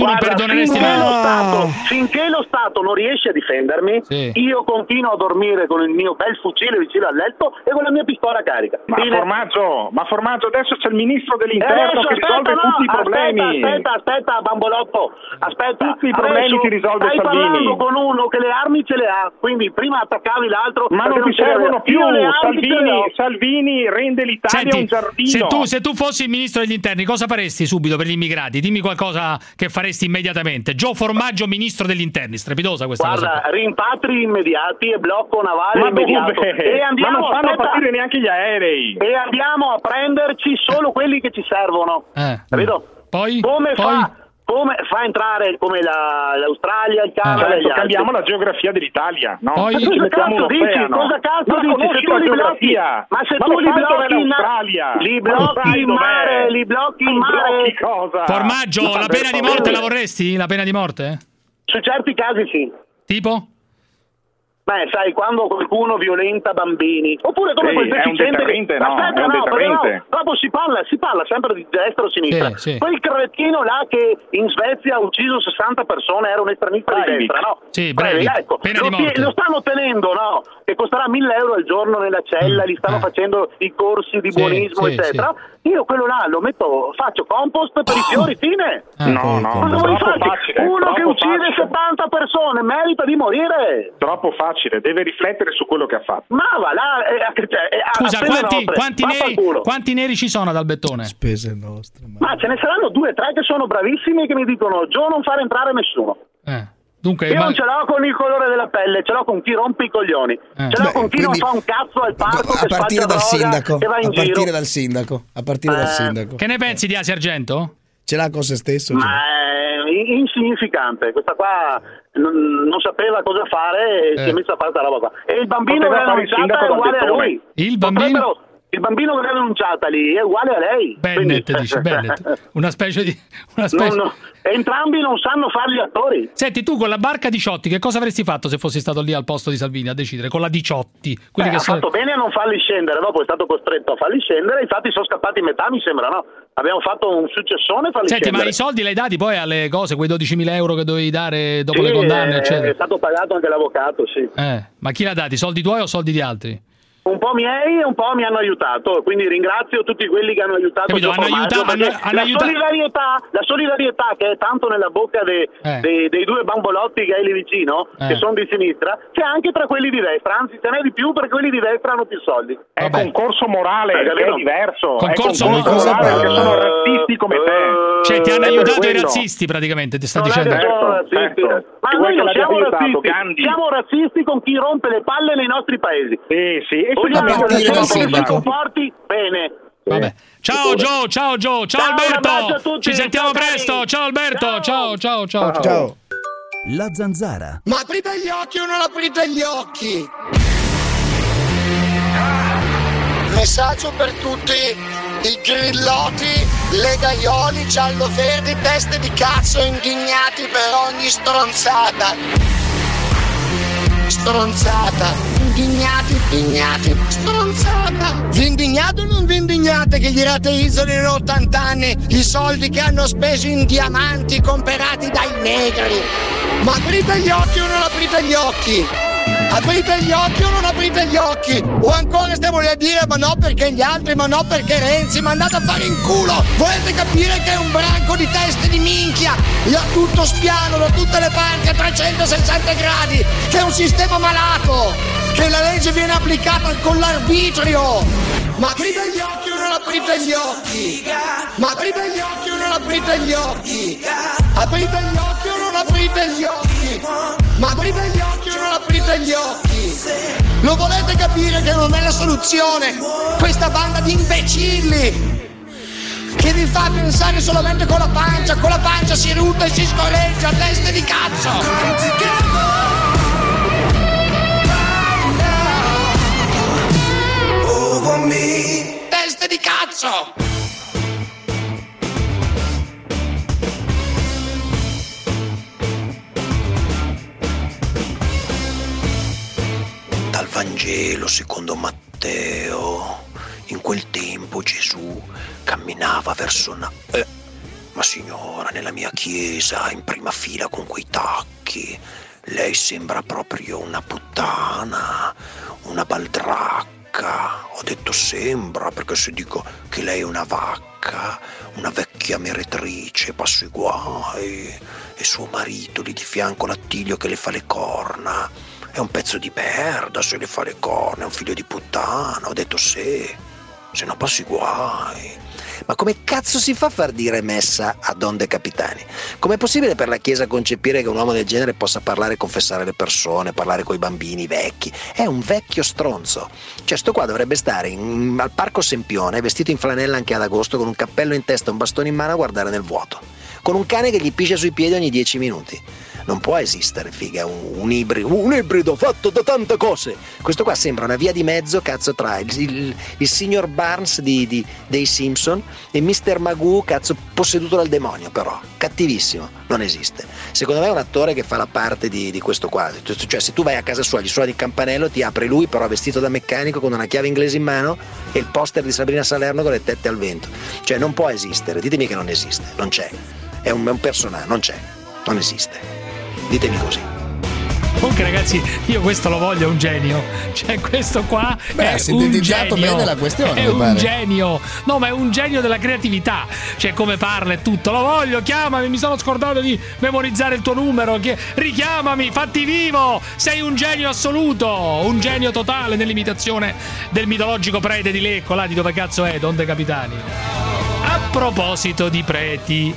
finché lo Stato non riesce a difendermi, io continuo a dormire con il mio bel fucile vicino al letto e con la mia pistola carica. Ma Formaggio, adesso c'è il ministro dell'interno che risolve tutti i problemi. Aspetta, bambolotto, aspetta. Tutti i problemi ti risolve Salvini. Stai parlando con uno che le armi ce le ha, quindi prima attaccavi l'altro. Ma non ti servono più. Salvini rende l'Italia un giardino. Se tu fossi il ministro degli interni, cosa faresti subito per gli immigrati? Dimmi qualcosa che faresti immediatamente. Gio Formaggio, ministro degli interni. Strepidosa questa cosa. Guarda, rimpatri immediati e blocco navale immediato. Ma non fanno partire neanche gli aerei. E andiamo a prenderci solo quelli che ci servono. Capito? Poi? Come fa entrare come l'Australia, il Canada? Cambiamo la geografia dell'Italia, no? Cosa cazzo dici? Ma se tu li blocchi in mare, cosa? Formaggio, la pena di morte la vorresti? La pena di morte? Su certi casi sì. Tipo? sai, quando qualcuno violenta bambini, oppure come quel deficiente proprio si parla sempre di destra o sinistra. Quel crettino là che in Svezia ha ucciso 60 persone era un estremista di destra, no? Sì, Breivik. Ecco, lo stanno tenendo, no? Che costerà 1.000 euro al giorno nella cella, gli stanno facendo i corsi di buonismo, eccetera. Io quello là lo metto, faccio compost per i fiori, fine. No, troppo facile. Uno che uccide 70 persone merita di morire. Troppo facile, deve riflettere su quello che ha fatto. Ma va là. Scusa, quanti neri ci sono ad Albettone? Spese nostre. Ma ce ne saranno 2 o 3 che sono bravissimi e che mi dicono: Gio, non far entrare nessuno. Dunque, io non ce l'ho con il colore della pelle, ce l'ho con chi rompe i coglioni, ce l'ho con chi non fa un cazzo al parco, a partire dal sindaco, che va in giro. A partire dal sindaco. Che ne pensi di Asia Argento? Ce l'ha con se stesso? Ma è insignificante, questa qua non sapeva cosa fare e si è messa a fare questa roba qua. E il bambino che l'ha annunciata è uguale a lui. Il bambino che l'ha annunciata lì è uguale a lei. Bennett, dice Bennett. Una specie di... No. Entrambi non sanno fare gli attori. Senti, tu con la barca di Ciotti che cosa avresti fatto se fossi stato lì al posto di Salvini a decidere? Con la di Ciotti? Ha fatto bene a non farli scendere, dopo è stato costretto a farli scendere, infatti sono scappati metà, mi sembra, no? Abbiamo fatto un successone a farli scendere. Ma i soldi li hai dati poi alle cose, quei 12.000 euro che dovevi dare dopo le condanne, eccetera? È stato pagato anche l'avvocato, sì. Ma chi l'ha dati? Soldi tuoi o soldi di altri? Un po' miei e un po' mi hanno aiutato, quindi ringrazio tutti quelli che hanno aiutato. La solidarietà che è tanto nella bocca dei 2 bambolotti che hai lì vicino, che sono di sinistra, c'è anche tra quelli di destra, anzi ce n'è di più perché quelli di destra hanno più soldi. È concorso morale, che è diverso. Concorso morale perché sono razzisti come te. Cioè ti hanno aiutato i razzisti praticamente, ti sta dicendo. Ma noi non siamo razzisti, siamo razzisti con chi rompe le palle nei nostri paesi. Sì. Vogliamo che si comporti bene. Vabbè. Ciao Gio, ciao Alberto. Ci sentiamo presto. Ciao Alberto. Ciao. La Zanzara. Ma aprite gli occhi o non aprite gli occhi? Messaggio per tutti i grillotti, legaioli, giallo-verdi, teste di cazzo indignati per ogni stronzata. Indignati, stronzata. Vi indignate o non vi indignate che gli rateizzano in 80 anni i soldi che hanno speso in diamanti comprati dai negri? Ma aprite gli occhi o non aprite gli occhi? Aprite gli occhi o non aprite gli occhi? O ancora stiamo lì a dire ma no perché gli altri, ma no perché Renzi, ma andate a fare in culo. Volete capire che è un branco di teste di minchia e a tutto spiano, da tutte le parti, a 360 gradi, che è un sistema malato, che la legge viene applicata con l'arbitrio. Ma aprite gli occhi o non aprite gli occhi? Ma aprite gli occhi o non aprite gli occhi? Aprite gli occhi o non aprite gli occhi? Ma aprite gli occhi o non aprite gli occhi? Lo volete capire che non è la soluzione? Questa banda di imbecilli che vi fa pensare solamente con la pancia si rutta e si scorreggia, teste di cazzo! Teste di cazzo! Dal Vangelo secondo Matteo. In quel tempo Gesù camminava verso ma signora, nella mia chiesa in prima fila con quei tacchi, lei sembra proprio una puttana, una baldracca. Ho detto sembra perché se dico che lei è una vacca, una vecchia meretrice, passo i guai, e suo marito lì di fianco l'Attilio che le fa le corna, è un pezzo di merda se le fa le corna, è un figlio di puttana. Ho detto se no passo i guai. Ma come cazzo si fa a far dire messa a Don De Capitani? Com'è possibile per la Chiesa concepire che un uomo del genere possa parlare e confessare le persone, parlare coi bambini vecchi? È un vecchio stronzo. Cioè sto qua dovrebbe stare al Parco Sempione, vestito in flanella anche ad agosto, con un cappello in testa, un bastone in mano a guardare nel vuoto, con un cane che gli piscia sui piedi ogni 10 minuti. non può esistere, figa, un ibrido fatto da tante cose. Questo qua sembra una via di mezzo, cazzo, tra il signor Barnes dei Simpson e Mr. Magoo, cazzo, posseduto dal demonio, però cattivissimo, non esiste. Secondo me è un attore che fa la parte di questo qua, cioè se tu vai a casa sua, gli suoni il campanello, ti apre lui però vestito da meccanico con una chiave inglese in mano e il poster di Sabrina Salerno con le tette al vento, cioè non può esistere, ditemi che non esiste, non c'è, è un personaggio, non c'è, non esiste, ditemi così. Comunque ragazzi, io questo lo voglio, è un genio. Cioè questo qua è un genio. Bene la questione, è un genio. No, ma è un genio della creatività. Cioè come parla e tutto. Lo voglio, chiamami, mi sono scordato di memorizzare il tuo numero. Richiamami, fatti vivo. Sei un genio assoluto, un genio totale nell'imitazione del mitologico prete di Lecco, là di dove cazzo è, Don De Capitani. A proposito di preti,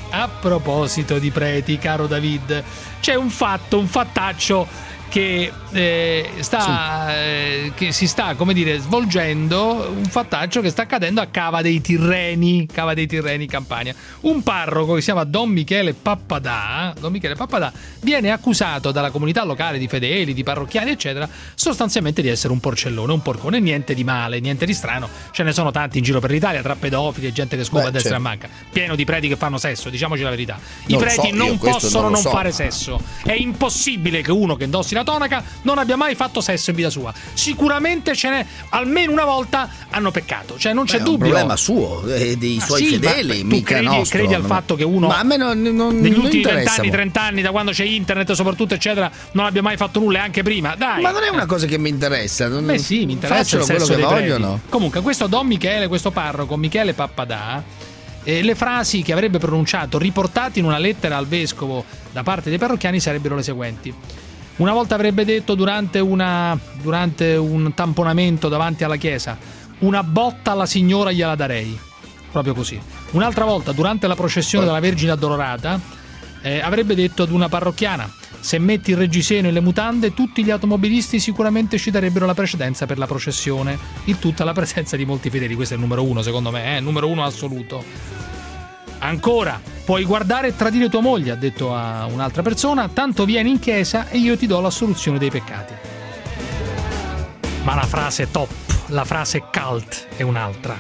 caro David, c'è un fattaccio che si sta, come dire, svolgendo, un fattaccio che sta accadendo a Cava dei Tirreni, Campania. Un parroco che si chiama Don Michele Pappadà viene accusato dalla comunità locale di fedeli, di parrocchiani eccetera, sostanzialmente di essere un porcellone, un porcone, niente di male, niente di strano. Ce ne sono tanti in giro per l'Italia, tra pedofili e gente che scopa a destra e a manca, pieno di preti che fanno sesso, diciamoci la verità. I preti non possono non fare sesso, è impossibile che uno che indossi la tonaca non abbia mai fatto sesso in vita sua. Sicuramente ce n'è, almeno una volta hanno peccato, cioè non c'è dubbio. È un problema suo e dei suoi fedeli, mica nostro. Credi al fatto che uno, ma a me non negli ultimi 20 anni, 30 anni, da quando c'è internet soprattutto eccetera, non abbia mai fatto nulla, e anche prima, dai. Ma non è una cosa che mi interessa. Beh sì, mi interessa il quello sesso che vogliono. Comunque questo Don Michele, questo parroco Michele Pappadà, le frasi che avrebbe pronunciato, riportate in una lettera al vescovo da parte dei parrocchiani, sarebbero le seguenti. Una volta avrebbe detto durante un tamponamento davanti alla chiesa: una botta alla signora gliela darei, proprio così. Un'altra volta durante la processione della Vergine Addolorata avrebbe detto ad una parrocchiana: se metti il reggiseno e le mutande tutti gli automobilisti sicuramente ci darebbero la precedenza per la processione, il tutto alla presenza di molti fedeli. Questo è il numero uno, secondo me, numero uno assoluto. Ancora, puoi guardare e tradire tua moglie, ha detto a un'altra persona, tanto vieni in chiesa e io ti do l'assoluzione dei peccati. Ma la frase top, la frase cult è un'altra.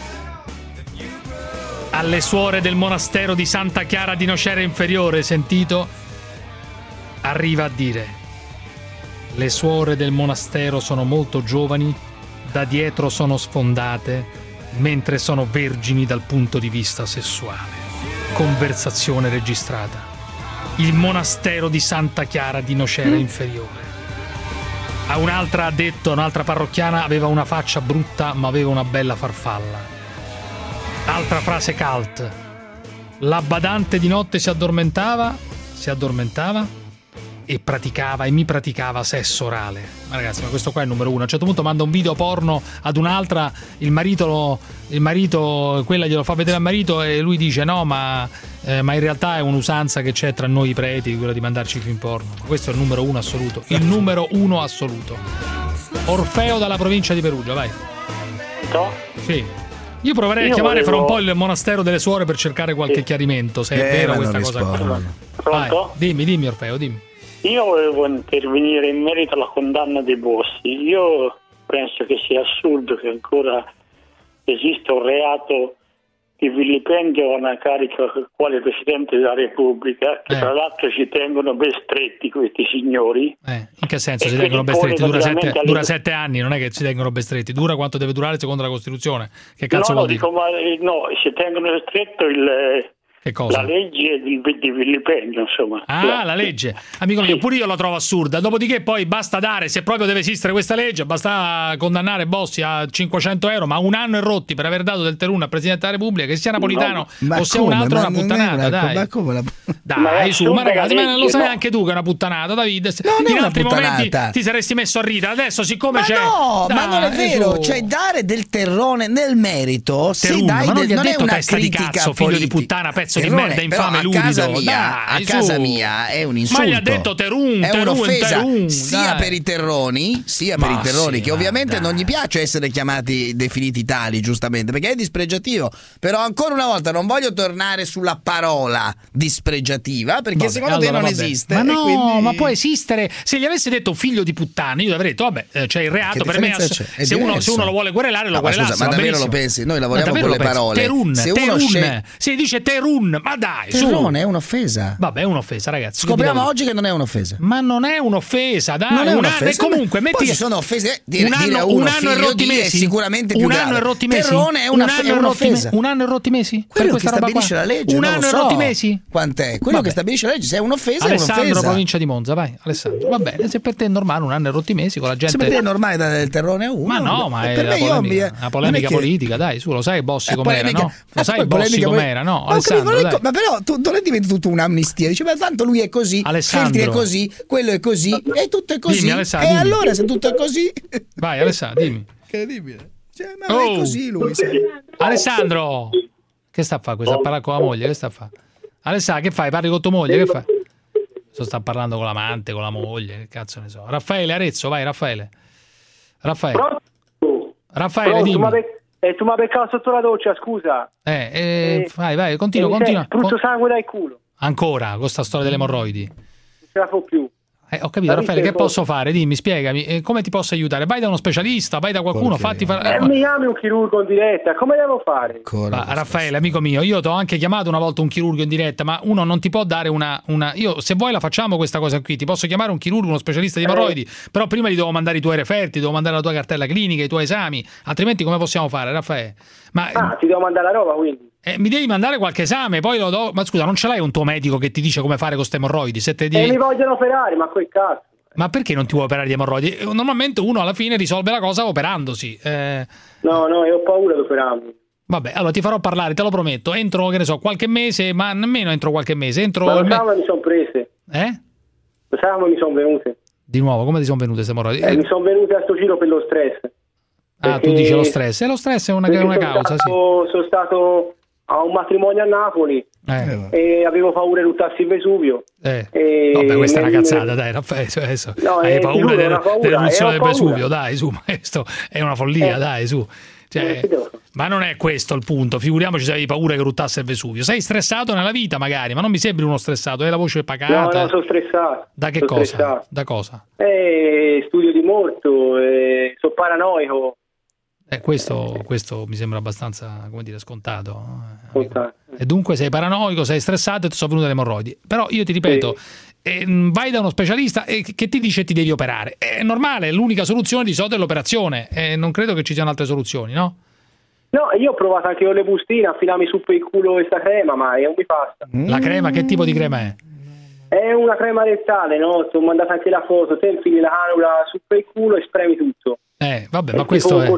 Alle suore del monastero di Santa Chiara di Nocera Inferiore, sentito, arriva a dire: le suore del monastero sono molto giovani, da dietro sono sfondate, mentre sono vergini dal punto di vista sessuale. Conversazione registrata. Il monastero di Santa Chiara di Nocera Inferiore. A un'altra ha detto, un'altra parrocchiana, aveva una faccia brutta ma aveva una bella farfalla. Altra frase cult: la badante di notte si addormentava e mi praticava sesso orale. Ma ragazzi, ma questo qua è il numero uno. A un certo punto manda un video porno ad un'altra, il marito quella glielo fa vedere al marito e lui dice no, ma in realtà è un'usanza che c'è tra noi i preti, quella di mandarci film porno. Questo è il numero uno assoluto, il numero uno assoluto. Orfeo dalla provincia di Perugia, vai. Sì. Io proverei a chiamare fra un po' il monastero delle suore per cercare qualche chiarimento, se è vero questa cosa qua. Pronto? Dimmi Orfeo, dimmi. Io volevo intervenire in merito alla condanna dei Bossi. Io penso che sia assurdo che ancora esista un reato di vilipendio a una carica quale Presidente della Repubblica, che tra l'altro ci tengono ben stretti questi signori. In che senso si tengono ben stretti? Dura 7 anni, non è che si tengono ben stretti, dura quanto deve durare secondo la Costituzione. Che cazzo vuol dire? No, si tengono stretto la legge di vilipendio, insomma. La legge. Amico mio, pure io la trovo assurda. Dopodiché poi basta dare, se proprio deve esistere questa legge, basta condannare Bossi a 500 euro, ma un anno e rotti per aver dato del Terun al Presidente della Repubblica, che sia Napolitano o sia un altro, una puttanata, dai. Ma ragazzi, ma lo sai anche tu che è una puttanata, David. In altri momenti ti saresti messo a ridere. Adesso siccome c'è... ma non è vero, cioè dare del terrone nel merito, se dai ma non gli ha non detto è una testa di critica cazzo, figlio di puttana, pezzo pezzo di merda infame ludido. A casa mia è un insulto. Ma gli ha detto Terun, è un'offesa sia per i terroni, che ovviamente non gli piace essere chiamati, definiti tali, giustamente, perché è dispregiativo. Però ancora una volta non voglio tornare sulla parola dispregiativa, perché secondo te non esiste. Ma no, quindi... ma può esistere. Se gli avesse detto figlio di puttana, io avrei detto vabbè, c'è il reato per me. Se uno lo vuole querelare, lo querelasse. Ma davvero lo pensi? Noi lavoriamo con le parole. Terun. Si dice Terun, ma dai, Terrone è un'offesa. Vabbè, è un'offesa, ragazzi. Scopriamo oggi che non è un'offesa. Ma non è un'offesa, dai. Non è un'offesa. Comunque, poi ci sono offese. Un anno e rotti mesi. Sicuramente più un anno e rotti mesi. Terrone è un'offesa. Un anno e rotti mesi. Quello che stabilisce la legge. Un anno e rotti mesi. Quant'è? Quello che stabilisce la legge. Se è un'offesa, Alessandro, è un'offesa. provincia di Monza, vai. Alessandro. Va bene, se per te è normale un anno e rotti mesi con la gente. Se per te è normale dare il terrone a uno. Ma no, ma è la polemica politica, dai, su, lo sai Bossi com'era, no? Lo sai Bossi com'era, no? Alessandro, ma però non è diventato tutto un'amnistia. Dice, ma tanto lui è così, Feltri è così, quello è così, e tutto è così. Dimmi, e allora se tutto è così. Vai Alessandro, dimmi. Incredibile. Ma è così lui. Alessandro, che sta a fare? Sta a parlare con la moglie? Che sta a fare? Alessandro, che fai? Parli con tua moglie? Che fai? Sta parlando con l'amante, con la moglie, che cazzo ne so. Raffaele Arezzo, vai Raffaele. Raffaele, dimmi. Tu mi hai beccato sotto la doccia, scusa. Vai, continua. Brutto sangue dal culo. Ancora, con sta storia delle emorroidi. Non ce la fo più. Ho capito, Raffaele, che posso fare? Dimmi, spiegami, come ti posso aiutare? Vai da uno specialista, vai da qualcuno, fatti fare... Mi chiami un chirurgo in diretta, come devo fare? Raffaele, amico mio, io ti ho anche chiamato una volta un chirurgo in diretta, ma uno non ti può dare una... Io, se vuoi la facciamo questa cosa qui, ti posso chiamare un chirurgo, uno specialista di emorroidi, però prima gli devo mandare i tuoi referti, devo mandare la tua cartella clinica, i tuoi esami, altrimenti come possiamo fare, Raffaele? Ti devo mandare la roba, quindi? Mi devi mandare qualche esame, poi lo do... Ma scusa, non ce l'hai un tuo medico che ti dice come fare con queste emorroidi? Mi vogliono operare, ma quel cazzo. Ma perché non ti vuoi operare di emorroidi? Normalmente uno alla fine risolve la cosa operandosi. No, io ho paura di operarmi. Vabbè, allora ti farò parlare, te lo prometto. Entro, che ne so, qualche mese, ma nemmeno entro qualche mese. Ma lo sai, mi sono prese. Lo sai come mi sono venute? Di nuovo, come ti sono venute queste emorroidi? Mi sono venute a sto giro per lo stress. Perché... tu dici lo stress? Lo stress è una causa, sì. Sono stato a un matrimonio a Napoli e avevo paura di buttarsi il Vesuvio. Vabbè, questa è una cazzata, dai, Raffaele. Hai paura dell'eruzione del Vesuvio, dai, su, questo è una follia, dai, su. Ma non è questo il punto, figuriamoci se avevi paura che ruttasse il Vesuvio. Sei stressato nella vita magari, ma non mi sembri uno stressato, hai la voce pacata. No, sono stressato. Da che cosa? Stressato. Da cosa? Studio di molto, sono paranoico. Questo mi sembra abbastanza, come dire, scontato. E dunque sei paranoico, sei stressato e ti sono venute le emorroidi. Però io ti ripeto, vai da uno specialista e che ti dice ti devi operare. È normale, l'unica soluzione di solito è l'operazione. Non credo che ci siano altre soluzioni, no? No, io ho provato anche con le bustine a filarmi su per il culo questa crema, ma non mi passa. La crema, che tipo di crema è? È una crema rettale, no? Ti ho mandato anche la foto, te infili la canula su per il culo e spremi tutto. Vabbè, ma questo è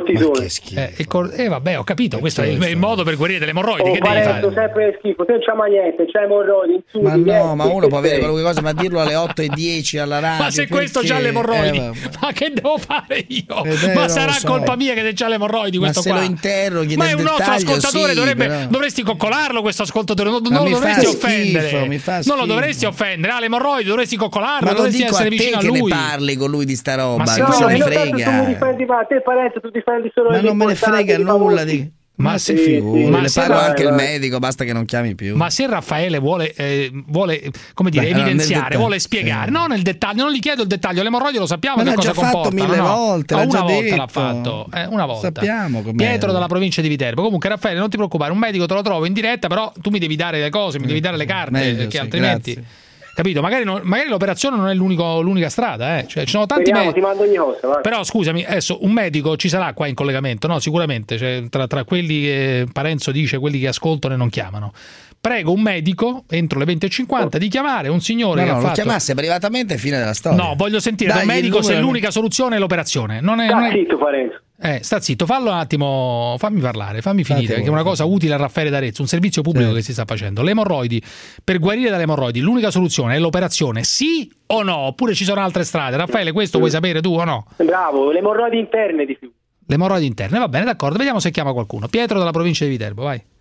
vabbè, ho capito, questo è il modo per guarire delle emorroidi. Che devi fare? Sempre schifo, te non c'è mai niente, c'è emorroidi. Ma no, ma uno può avere qualunque cosa, ma dirlo alle 8:10 alla radio. Ma se questo c'ha le emorroidi, ma che devo fare io? Ma sarà colpa mia che se c'ha le emorroidi questo qua? Ma se lo interroghi, ma è un nostro ascoltatore, dovresti coccolarlo questo ascoltatore, non lo dovresti offendere. Non lo dovresti offendere, le emorroidi dovresti coccolarlo, dovresti essere vicino a lui. Ma non dico a te che ne parli con lui di sta roba, non mi frega. Ma te Parenzo, tu difendi solo ma non me ne frega nulla di... Ma si figuri, le pago anche il medico, basta che non chiami più. Ma se Raffaele vuole come dire, evidenziare, vuole spiegare, no nel dettaglio, non gli chiedo il dettaglio, l'emorroide lo sappiamo che cosa comporta. Ma l'ha già fatto 1000 volte, l'ha già detto. L'ha fatto, una volta. Sappiamo com'è. Pietro dalla provincia di Viterbo. Comunque Raffaele, non ti preoccupare, un medico te lo trovo in diretta, però tu mi devi dare le cose, mi devi dare le carte, perché altrimenti... Grazie. Capito? Magari l'operazione non è l'unica strada, Cioè, ci sono tanti medici. Ti mando ogni cosa, vai. Però scusami, adesso un medico ci sarà qua in collegamento, no? Sicuramente, cioè, tra quelli che Parenzo dice, quelli che ascoltano e non chiamano. Prego un medico entro le 20:50 di chiamare un signore che ha fatto... lo chiamasse privatamente, fine della storia. No, voglio sentire da un medico se l'unica soluzione è l'operazione. Zitto, Parenzo. Sta zitto, fallo un attimo, fammi parlare, fammi finire, che è una cosa utile a Raffaele D'Arezzo, un servizio pubblico che si sta facendo. Le emorroidi, per guarire dalle emorroidi, l'unica soluzione è l'operazione, sì o no? Oppure ci sono altre strade? Raffaele, questo vuoi sapere tu o no? Bravo, le emorroidi interne di più. Le emorroidi interne, va bene, d'accordo, vediamo se chiama qualcuno. Pietro dalla provincia di Viterbo, vai.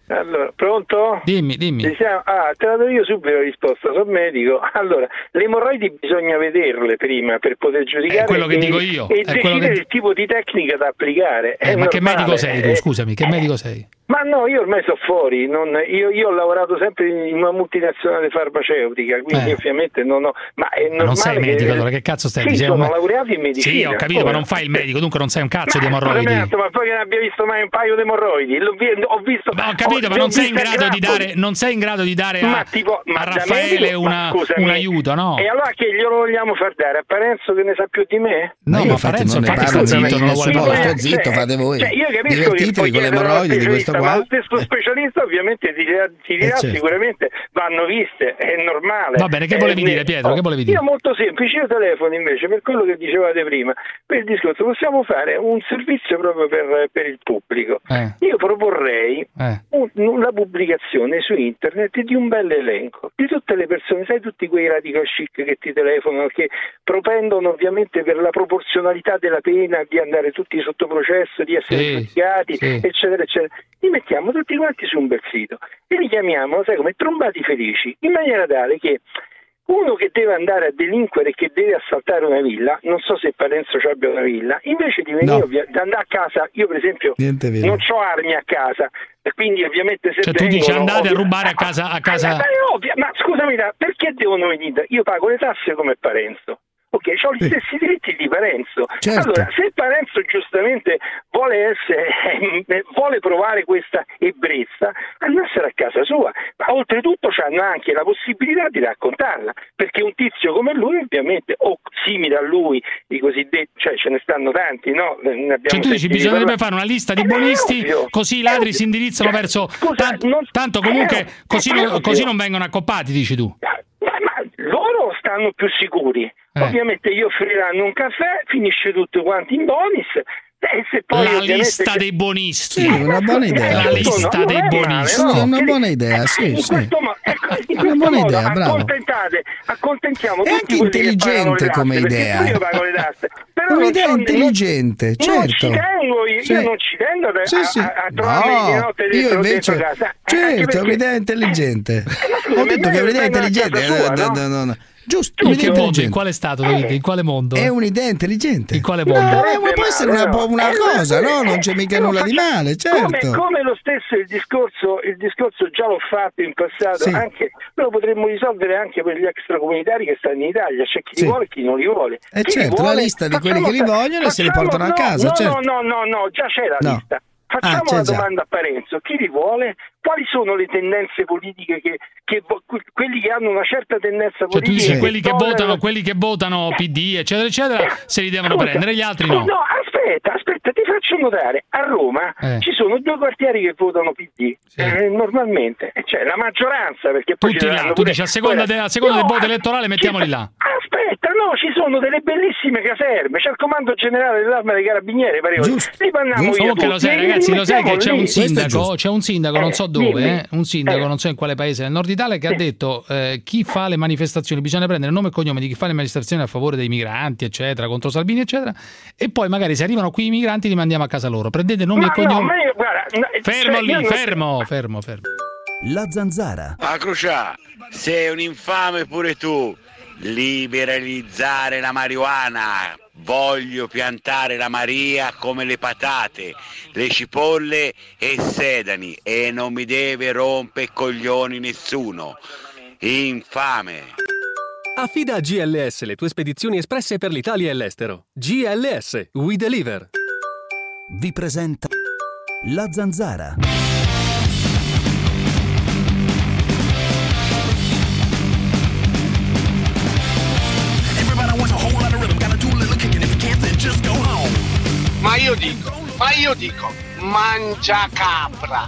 Allora, pronto? Dimmi. Te la do io subito la risposta, sono medico. Allora, le emorroidi bisogna vederle prima per poter giudicare. È quello che dico io. E decidere il tipo di tecnica da applicare. Ma che medico sei tu? Scusami, che medico sei? Ma no, io ormai sono fuori, io ho lavorato sempre in una multinazionale farmaceutica, quindi ovviamente non ho... Ma è normale. Non sei medico, allora che cazzo stai dicendo? Sono laureato in medicina. Sì, ho capito, ma non fai il medico, dunque non sei un cazzo di emorroidi. Ma poi che ne abbia visto mai un paio di emorroidi? Ho visto... Ma ho capito, ma non sei in grado di dare a Raffaele un aiuto, no? E allora che glielo vogliamo far dare? A Parenzo che ne sa più di me? No, ma Parenzo infatti sta zitto, non lo vuole parlare. Sto zitto, fate voi. Io capisco divertitevi con le emorroidi di questo qua. Ma lo stesso specialista ovviamente ti dirà sicuramente vanno viste, è normale. Va bene, che volevi dire, Pietro? Che volevi dire? Io molto semplice, io telefono invece per quello che dicevate prima, per il discorso, possiamo fare un servizio proprio per il pubblico. Io proporrei la pubblicazione su internet di un bel elenco di tutte le persone, sai, tutti quei radical chic che ti telefonano, che propendono ovviamente per la proporzionalità della pena di andare tutti sotto processo, di essere giudicati, eccetera eccetera. Li mettiamo tutti quanti su un bel sito e li chiamiamo, sai, come trombati felici, in maniera tale che uno che deve andare a delinquere e che deve assaltare una villa, non so se Parenzo abbia una villa, invece di venire di andare a casa, io per esempio non ho armi a casa, e quindi ovviamente se tu dici andate a rubare a casa ma scusami, perché devono venire? Io pago le tasse come Parenzo. Ok, ho gli stessi diritti di Parenzo. Certo. Allora, se Parenzo giustamente vuole provare questa ebbrezza, andassero a casa sua. Ma oltretutto hanno anche la possibilità di raccontarla, perché un tizio come lui, ovviamente, o simile a lui, i cosiddetti, cioè ce ne stanno tanti, no? Cioè tu dici bisognerebbe fare una lista di buonisti, così i ladri si indirizzano verso... Tanto comunque così non vengono accoppati, dici tu. Ma loro stanno più sicuri. Ovviamente gli offriranno un caffè, finisce tutto quanti in bonus. E se poi la lista dei buonisti, una buona idea. La lista dei buonisti, una buona idea, sì. Una buona idea, bravo. Accontentiamo. È anche intelligente come idea. Io pago le tasse. Però un'idea intelligente, certo. Io non ci tengo a trovarmi di notte dentro casa. Certo, è un'idea intelligente. Ho detto che è un'idea intelligente. Giusto, in quale stato, in quale mondo? È un'idea intelligente. In quale mondo? Può essere una cosa, no? Non c'è mica nulla di male, certo. Come lo stesso il discorso già l'ho fatto in passato, anche lo potremmo risolvere anche per gli extracomunitari che stanno in Italia, c'è chi li vuole e chi non li vuole. Certo, la lista di quelli che li vogliono e se li portano a casa, certo. No, già c'è la lista. Facciamo una domanda a Parenzo, chi li vuole? Quali sono le tendenze politiche che quelli che hanno una certa tendenza politica? Cioè tu dici quelli che votano PD eccetera eccetera se li devono prendere, gli altri no. No, aspetta, ti faccio notare, a Roma ci sono 2 quartieri che votano PD, normalmente, cioè la maggioranza, perché poi tutti là, tu dici a seconda del voto elettorale mettiamoli là. Aspetta, no, ci sono delle bellissime caserme, c'è il comando generale dell'arma dei carabinieri, li mandiamo via tutti. Lo sai, ragazzi, lo sai che c'è un sindaco, non so dove, un sindaco, non so in quale paese, nel nord Italia, che ha detto chi fa le manifestazioni bisogna prendere il nome e cognome di chi fa le manifestazioni a favore dei migranti, eccetera, contro Salvini, eccetera, e poi magari se arrivano qui i migranti li mandiamo a casa loro. Prendete nomi e cognomi. Fermo. La Zanzara. Crucià, sei un infame pure tu. Liberalizzare la marijuana. Voglio piantare la Maria come le patate, le cipolle e i sedani, e non mi deve rompere coglioni nessuno. Infame. Affida a GLS le tue spedizioni espresse per l'Italia e l'estero. GLS, we deliver. Vi presenta La Zanzara. Ma io dico, mangia capra.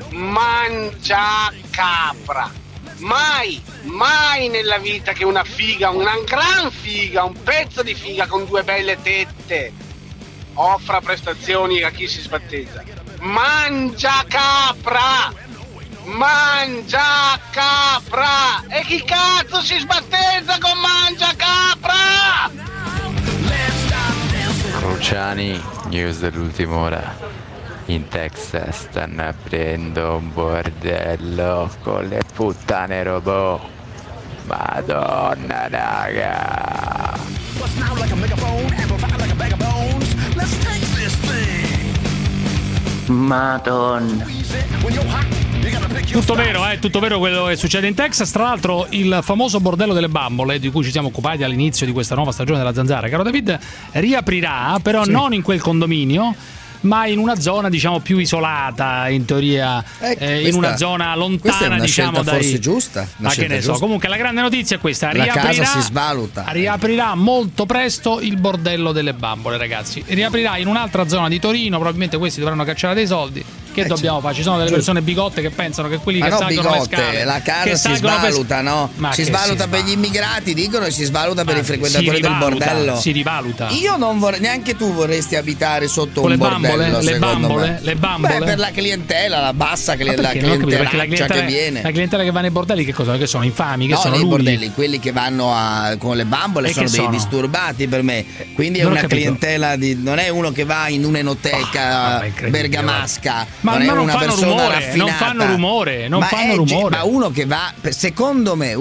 Mai nella vita che una figa, una gran figa, un pezzo di figa con 2 belle tette offra prestazioni a chi si sbattezza. Mangia capra! E chi cazzo si sbattezza con mangia capra? Cruciani, news dell'ultima ora. In Texas stanno aprendo un bordello con le puttane robot. Madonna raga. Madonna. Tutto vero, tutto vero quello che succede in Texas. Tra l'altro il famoso bordello delle bambole, di cui ci siamo occupati all'inizio di questa nuova stagione della Zanzara, caro David, riaprirà, però non in quel condominio, ma in una zona diciamo più isolata, in teoria in una zona lontana, diciamo, dai... forse giusta, ma che ne so. Comunque la grande notizia è questa: la casa si svaluta. Riaprirà molto presto il bordello delle bambole, ragazzi. Riaprirà in un'altra zona di Torino, probabilmente questi dovranno cacciare dei soldi. Che dobbiamo fare? Ci sono delle persone bigotte che pensano che quelli che salgono le scale, la casa si svaluta, no? Si svaluta per gli immigrati, dicono, e si svaluta per i frequentatori del bordello. Si rivaluta. Io non vorrei, neanche tu vorresti abitare sotto un bordello, le bambole? Beh, per la clientela, la bassa clientela che viene. La clientela che va nei bordelli che cosa? Che sono infami? Che sono nei bordelli, quelli che vanno con le bambole sono dei disturbati per me. Quindi è una clientela non è uno che va in un'enoteca bergamasca. Ma non fanno rumore, non fanno rumore. Ma uno che va, secondo me,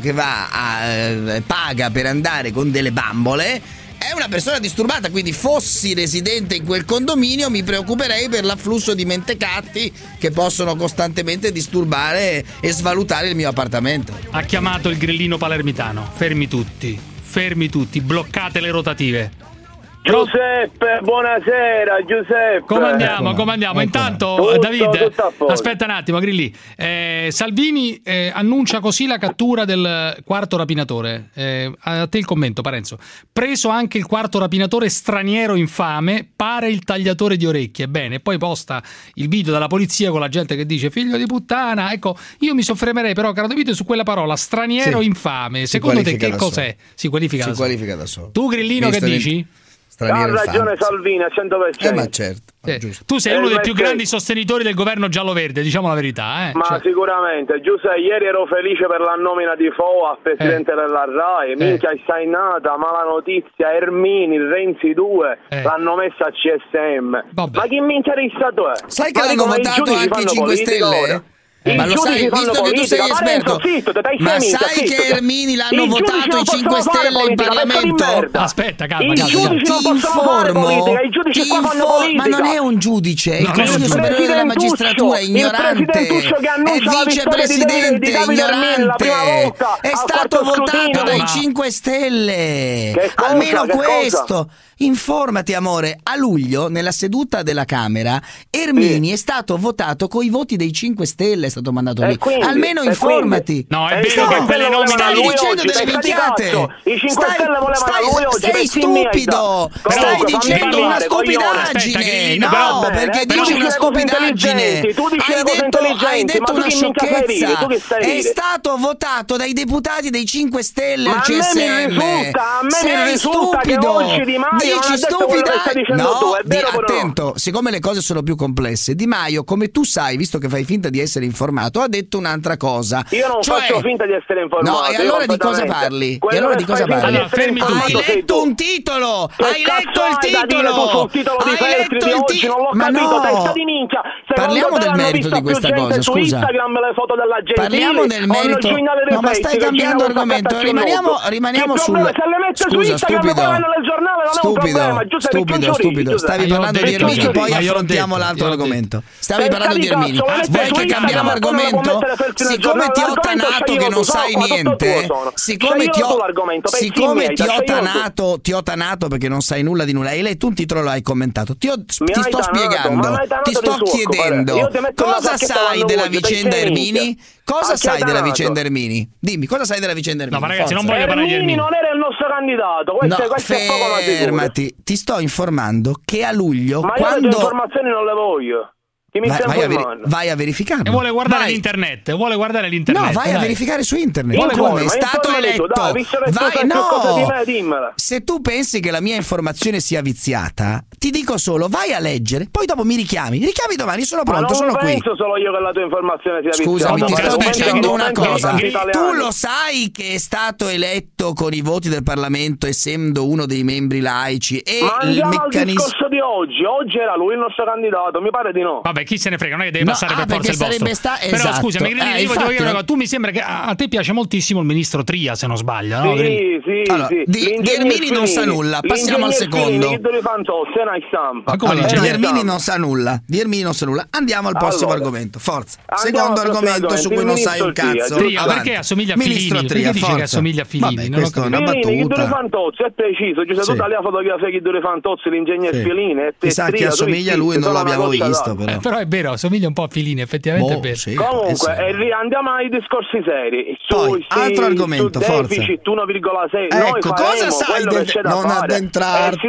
paga per andare con delle bambole è una persona disturbata, quindi fossi residente in quel condominio mi preoccuperei per l'afflusso di mentecatti che possono costantemente disturbare e svalutare il mio appartamento. Ha chiamato il grillino palermitano. Fermi tutti, bloccate le rotative. Giuseppe, buonasera Giuseppe. Come andiamo? Intanto David, aspetta un attimo, Grilli. Salvini annuncia così la cattura del quarto rapinatore. A te il commento, Parenzo. Preso anche il quarto rapinatore straniero infame, pare il tagliatore di orecchie. Bene, poi posta il video dalla polizia con la gente che dice figlio di puttana. Ecco, io mi soffermerei però, caro David, su quella parola straniero infame. Secondo te che cos'è? Si qualifica da solo. Tu Grillino che dici? Ha ragione Salvini al 100%. Ma certo. Tu sei uno dei più grandi sostenitori del governo giallo-verde, diciamo la verità. Ma sicuramente. Giuseppe, ieri ero felice per la nomina di Foa a presidente della RAI. Minchia, è nata, ma la notizia Ermini, Renzi 2 l'hanno messa a CSM. Vabbè. Ma chi minchia è stato? Sai che l'hanno votato anche i 5 Stelle? Ma lo sai, visto che tu sei esperto, ma sai che Ermini l'hanno votato i 5 Stelle in Parlamento? Aspetta, calma. Ti informo, ma non è un giudice, è il Consiglio Superiore della Magistratura, ignorante, è vicepresidente, ignorante, è stato votato dai 5 Stelle, almeno questo. Informati, amore. A luglio, nella seduta della Camera, Ermini è stato votato coi voti dei 5 Stelle, è stato mandato lì. Almeno informati. No, è vero che quelle nomine stai dicendo delle minchiate. I 5 Stelle volevano sei stupido. Stai dicendo una stupidaggine. No, perché dici una stupidaggine. Hai detto una sciocchezza. È stato votato dai deputati dei 5 Stelle al CSM. Sei stupido. Dici stupida. No, attento, siccome le cose sono più complesse, Di Maio, come tu sai, visto che fai finta di essere informato, ha detto un'altra cosa. Io non faccio finta di essere informato. No, e allora di cosa parli? Allora, fermi tu. Hai letto un titolo! Hai letto il titolo! Hai letto il titolo! Ma no! Parliamo del merito di questa cosa, scusa. Parliamo del merito. No, ma stai cambiando argomento. Rimaniamo sul... Scusa, stupido. Stavi parlando di Ermini, poi affrontiamo l'altro argomento. Stavi parlando di Ermini. Vuoi che cambiamo argomento? Siccome ti ho tanato che non sai niente, siccome ti ho tanato perché non sai nulla di nulla, hai letto un titolo e lo hai commentato. Ti sto spiegando, ti sto chiedendo cosa sai della vicenda Ermini? Cosa sai della vicenda Ermini? Dimmi, cosa sai della vicenda Ermini? No, ma ragazzi, non voglio parlare di Ermini. Non era il nostro candidato. Questo è poco. Fermati, ti sto informando che a luglio, ma io le informazioni non le voglio. Chi mi sta informando? Vai a verificare. E vuole guardare l'internet. No, vai a verificare su internet. Come è stato eletto? Se tu pensi che la mia informazione sia viziata, ti dico solo, vai a leggere, poi dopo mi richiami domani, sono pronto, sono qui. Non penso solo io che la tua informazione sia viziata. Scusami, ti sto dicendo una cosa. Tu lo sai che è stato eletto con i voti del Parlamento, essendo uno dei membri laici, e ma andiamo al discorso di oggi era lui il nostro candidato, mi pare di no. Vabbè, chi se ne frega, non è che deve passare per forza il vostro. Però esatto. Scusami, io voglio dire una cosa, tu mi sembra che a te piace moltissimo il ministro Tria, se non sbaglio, no? Sì. Allora, di Ermini non sa nulla, passiamo al secondo. Di Ermini non sa nulla. Andiamo al prossimo argomento, forza. Secondo argomento su cui non sai un cazzo. Perché assomiglia a Filini? Perché dice che assomiglia a Filini? Vabbè, questa è una battuta. Guido Fantozzi è preciso, ci sei tutta la fotografia di Guido Fantozzi, l'ingegnere Filini. Chissà che assomiglia a lui, non l'abbiamo visto però. Però è vero, assomiglia un po' a Filini, effettivamente è vero. Sì, comunque andiamo ai discorsi seri. Altro argomento, forza. Deficit 1,6. Ecco, cosa sai non addentrarti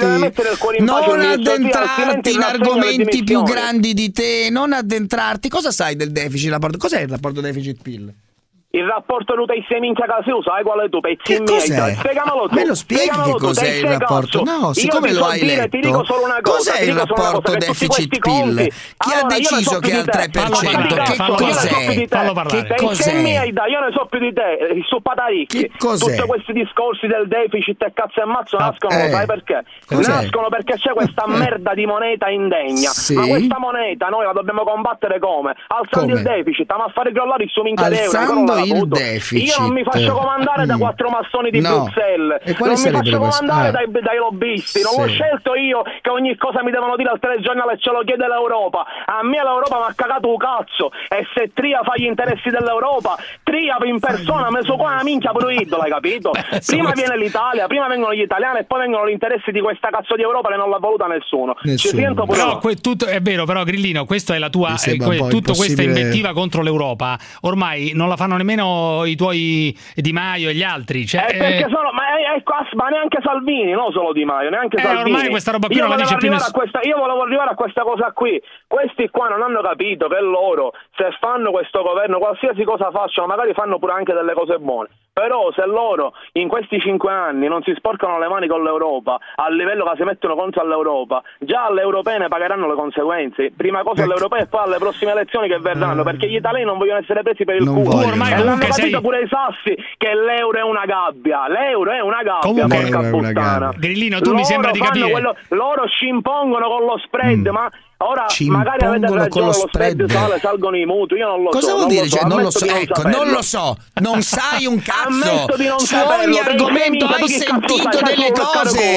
in argomenti più grandi di te, non addentrarti. Cosa sai del deficit? Cos'è il rapporto deficit-PIL? Il rapporto tu sei minchia casino, sai quale tu pezzi miei? Spiegamelo tu. Me lo spieghi che cos'è il rapporto? No, siccome lo hai letto. Ti dico solo una cosa. Cos'è il rapporto deficit-PIL? Chi ha deciso che è al 3%? Che cos'è? Fallo parlare. Io ne so più di te, su Pataricchi. Tutti questi discorsi del deficit e cazzo e mazzo nascono, sai perché? Nascono perché c'è questa merda di moneta indegna. Ma questa moneta noi la dobbiamo combattere come? Alzando il deficit, ma a fare crollare il suo minchia di euro. Il deficit. Io non mi faccio comandare da 4 massoni di Bruxelles, non mi faccio comandare dai lobbisti, non l'ho scelto io che ogni cosa mi devono dire al telegiornale e ce lo chiede l'Europa. A me l'Europa mi ha cagato un cazzo, e se Tria fa gli interessi dell'Europa, Tria in persona ha messo qua una minchia pure idolo, hai capito? Prima viene l'Italia, prima vengono gli italiani e poi vengono gli interessi di questa cazzo di Europa che non l'ha voluta nessuno. Però tutto è vero, però Grillino, questa è la tua tutto questa invettiva contro l'Europa ormai non la fanno nemmeno i tuoi Di Maio e gli altri, perché ma neanche Salvini, non solo Di Maio, neanche Salvini. Ormai questa roba qui non la dice più nessuno. Io volevo arrivare a questa cosa qui. Questi qua non hanno capito che loro, se fanno questo governo, qualsiasi cosa facciano, magari fanno pure anche delle cose buone, però se loro in questi 5 anni non si sporcano le mani con l'Europa a livello che si mettono contro all'Europa, già alle europee ne pagheranno le conseguenze. Prima cosa alle europee e poi alle prossime elezioni che verranno, perché gli italiani non vogliono essere presi per il culo. Ormai l'hanno capito pure i sassi che l'euro è una gabbia. L'euro è una gabbia, porca puttana. Grillino, tu mi sembra di capire. Loro ci impongono con lo spread, ma ora ci magari avete ragione, con lo spread salgono i mutui, io non lo so. Cosa vuol dire? Non lo so, non lo so, non sai un cazzo. Su ogni argomento hai sentito delle cose,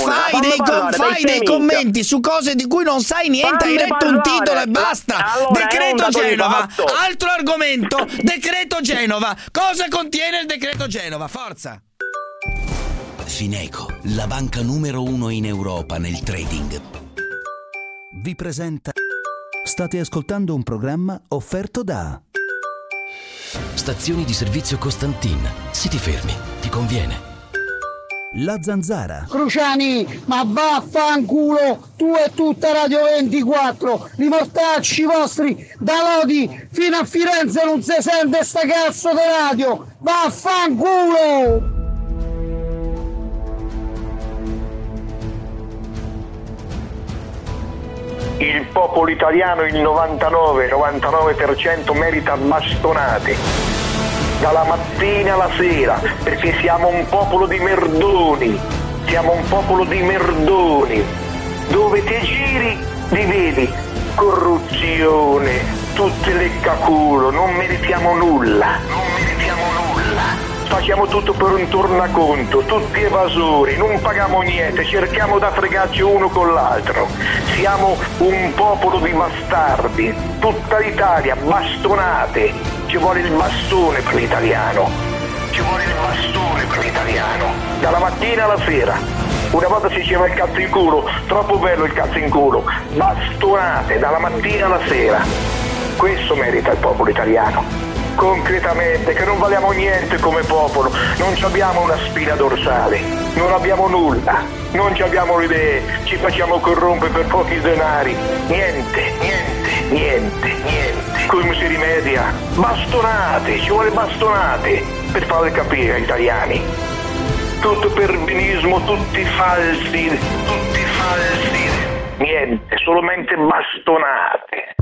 fai dei commenti su cose di cui non sai niente, hai letto un titolo e basta. Decreto Genova, altro argomento, decreto Genova. Cosa contiene il decreto Genova? Forza. Fineco, la banca numero 1 in Europa nel trading, vi presenta. State ascoltando un programma offerto da Stazioni di servizio Costantin. Se ti fermi, ti conviene. La Zanzara. Cruciani, ma vaffanculo, tu e tutta Radio 24, i mortacci vostri da Lodi fino a Firenze non si sente sta cazzo di radio, vaffanculo! Il popolo italiano, il 99% merita bastonate, dalla mattina alla sera, perché siamo un popolo di merdoni, dove ti giri li vedi, corruzione, tutte le caculo, non meritiamo nulla. Facciamo tutto per un tornaconto, tutti evasori, non paghiamo niente, cerchiamo da fregarci uno con l'altro. Siamo un popolo di bastardi, tutta l'Italia, bastonate. Ci vuole il bastone per l'italiano. Dalla mattina alla sera. Una volta si diceva il cazzo in culo, troppo bello il cazzo in culo. Bastonate, dalla mattina alla sera. Questo merita il popolo italiano. Concretamente, che non valiamo niente come popolo, non abbiamo una spina dorsale, non abbiamo nulla, non abbiamo le idee, ci facciamo corrompere per pochi denari, niente. Niente. Come si rimedia? Bastonate, ci vuole bastonate per farle capire agli italiani. Tutto perbenismo, tutti falsi. Niente, solamente bastonate.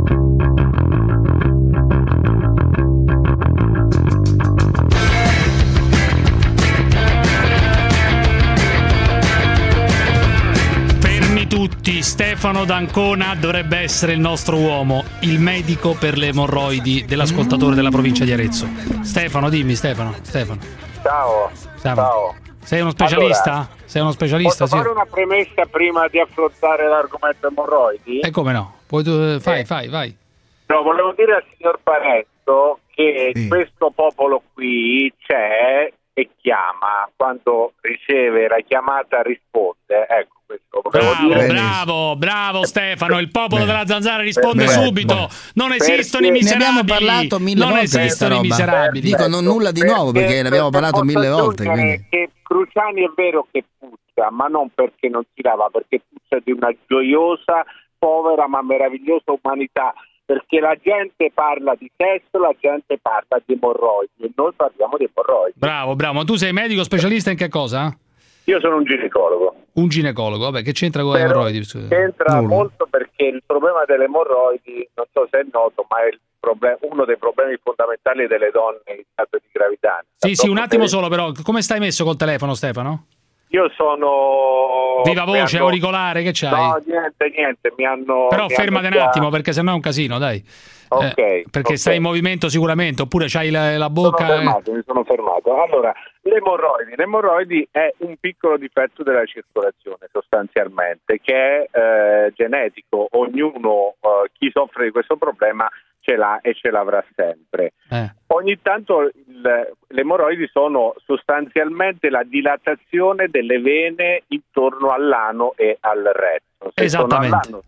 Tutti, Stefano D'Ancona dovrebbe essere il nostro uomo, il medico per le emorroidi dell'ascoltatore della provincia di Arezzo. Stefano, dimmi, Stefano. Ciao. Sei uno specialista? Allora, sei uno specialista? Posso fare una premessa prima di affrontare l'argomento emorroidi? Come no? Poi tu, vai. No, volevo dire al signor Parenzo che questo popolo qui c'è e chiama, quando riceve la chiamata risponde, ecco. Bravo Stefano, il popolo della Zanzara risponde subito. Non esistono i miserabili. Ne abbiamo parlato 1000 volte di questa roba. Miserabili. Dico nulla di nuovo perché ne abbiamo parlato 1000 volte. Che Cruciani è vero che puzza, ma non perché non si lava, perché puzza di una gioiosa, povera ma meravigliosa umanità. Perché la gente parla di sesso, la gente parla di emorroidi e noi parliamo di emorroidi. Bravo, ma tu sei medico specialista in che cosa? Io sono un ginecologo. Un ginecologo, vabbè, che c'entra con le emorroidi? C'entra molto perché il problema delle emorroidi, non so se è noto, ma è uno dei problemi fondamentali delle donne in stato di gravidanza. Sì, un attimo solo però, come stai messo col telefono, Stefano? Io sono... Viva voce, auricolare, che c'hai? No, niente, mi hanno... Però fermate un attimo, perché sennò è un casino, dai. Perché stai in movimento sicuramente, oppure c'hai la bocca... Mi sono fermato. Allora, l'emorroidi è un piccolo difetto della circolazione sostanzialmente, che è genetico. Ognuno, chi soffre di questo problema ce l'ha e ce l'avrà sempre. Ogni tanto le emorroidi sono sostanzialmente la dilatazione delle vene intorno all'ano e al retto. Esattamente.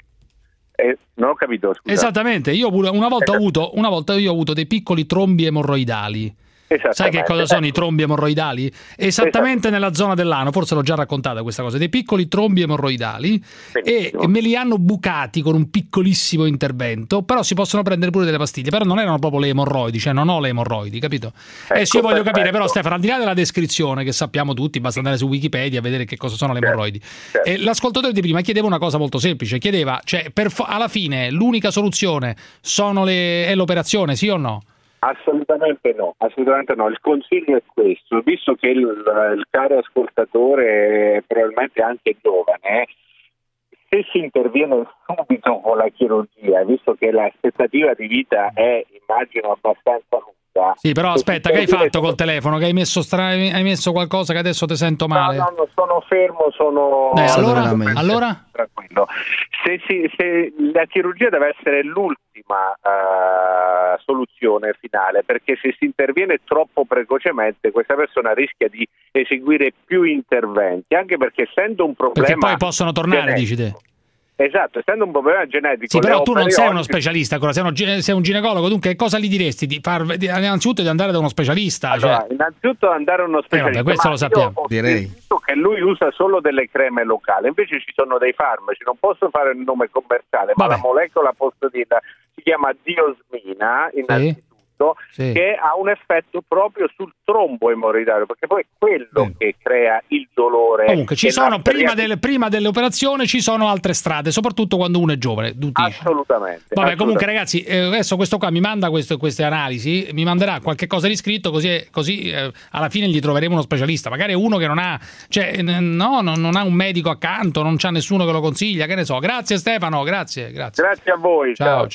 Non ho capito, scusa. Esattamente, io pure una volta ho avuto dei piccoli trombi emorroidali. Sai che cosa sono i trombi emorroidali? Esattamente nella zona dell'ano, forse l'ho già raccontata questa cosa, dei piccoli trombi emorroidali. Benissimo. E me li hanno bucati con un piccolissimo intervento, però si possono prendere pure delle pastiglie, però non erano proprio le emorroidi, cioè non ho le emorroidi, capito? Io voglio capire però, Stefano, al di là della descrizione che sappiamo tutti, basta andare su Wikipedia a vedere che cosa sono le emorroidi. E l'ascoltatore di prima chiedeva una cosa molto semplice, chiedeva, cioè alla fine l'unica soluzione è l'operazione, sì o no? Assolutamente no. Il consiglio è questo, visto che il caro ascoltatore è probabilmente anche giovane, se si interviene subito con la chirurgia, visto che l'aspettativa di vita è, immagino, abbastanza lunga. Sì, però aspetta, che hai fatto col telefono? Che hai messo qualcosa che adesso ti sento male? No, sono fermo, allora? Tranquillo. Se la chirurgia deve essere l'ultima soluzione finale, perché se si interviene troppo precocemente questa persona rischia di eseguire più interventi, anche perché essendo un problema perché poi possono tornare, dici te. Esatto, essendo un problema genetico. Sì, però tu non sei uno specialista, sei un ginecologo, dunque che cosa gli diresti? Innanzitutto di andare da uno specialista? Allora, innanzitutto andare a uno specialista. Questo lo sappiamo. Direi. Visto che lui usa solo delle creme locali, invece ci sono dei farmaci, non posso fare il nome commerciale, ma la molecola posodina si chiama diosmina, innanzitutto. Che ha un effetto proprio sul trombo emorroidario, perché poi è quello che crea il dolore. Comunque ci sono prima dell'operazione ci sono altre strade, soprattutto quando uno è giovane. Assolutamente. Comunque ragazzi, adesso questo qua mi manda queste analisi, mi manderà qualche cosa di scritto, così alla fine gli troveremo uno specialista, magari uno che non ha, non ha un medico accanto, non c'ha nessuno che lo consiglia, che ne so. Grazie Stefano, grazie. Grazie a voi. Ciao.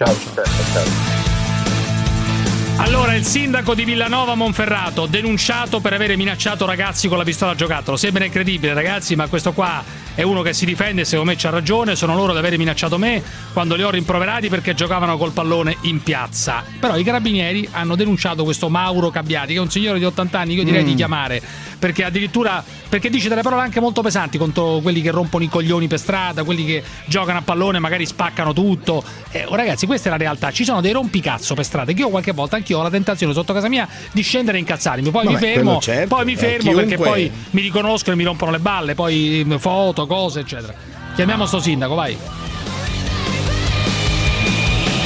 Allora, il sindaco di Villanova Monferrato denunciato per avere minacciato ragazzi con la pistola a giocattolo. Sembra incredibile, ragazzi, ma questo qua è uno che si difende, secondo me c'ha ragione. Sono loro ad avere minacciato me quando li ho rimproverati perché giocavano col pallone in piazza. Però i carabinieri hanno denunciato questo Mauro Cabbiati, che è un signore di 80 anni, io direi di chiamare, perché dice delle parole anche molto pesanti contro quelli che rompono i coglioni per strada, quelli che giocano a pallone, magari spaccano tutto. Ragazzi, questa è la realtà. Ci sono dei rompicazzo per strada che io qualche volta anch'io ho la tentazione sotto casa mia di scendere e incazzarmi, poi mi fermo perché poi mi riconoscono e mi rompono le balle, poi foto, cose eccetera. Chiamiamo sto sindaco, vai.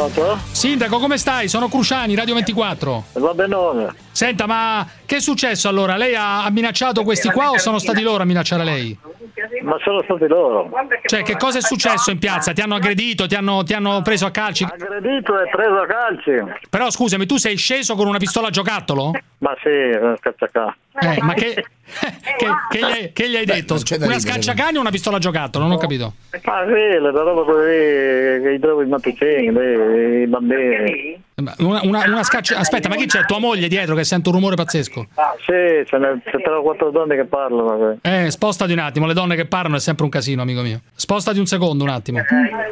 Pronto? Sindaco, come stai? Sono Cruciani, Radio 24. Va benone. Senta, ma che è successo allora? Lei ha minacciato questi qua o sono stati loro a minacciare lei? Ma sono stati loro. Cioè, che cosa è successo in piazza? Ti hanno aggredito? Ti hanno preso a calci? Aggredito e preso a calci. Però scusami, tu sei sceso con una pistola a giocattolo? Ma sì, una scacciacani. Ma che gli hai detto? Una scacciacani o una pistola a giocattolo? Non ho capito. Ma sì, la roba così che trovo i mattuccini, i bambini. Una scaccia. Aspetta, ma chi c'è? Tua moglie dietro che sente un rumore pazzesco? Sì, c'è 3 o 4 donne che parlano. Spostati un attimo, le donne che parlano è sempre un casino, amico mio. Spostati un secondo, un attimo.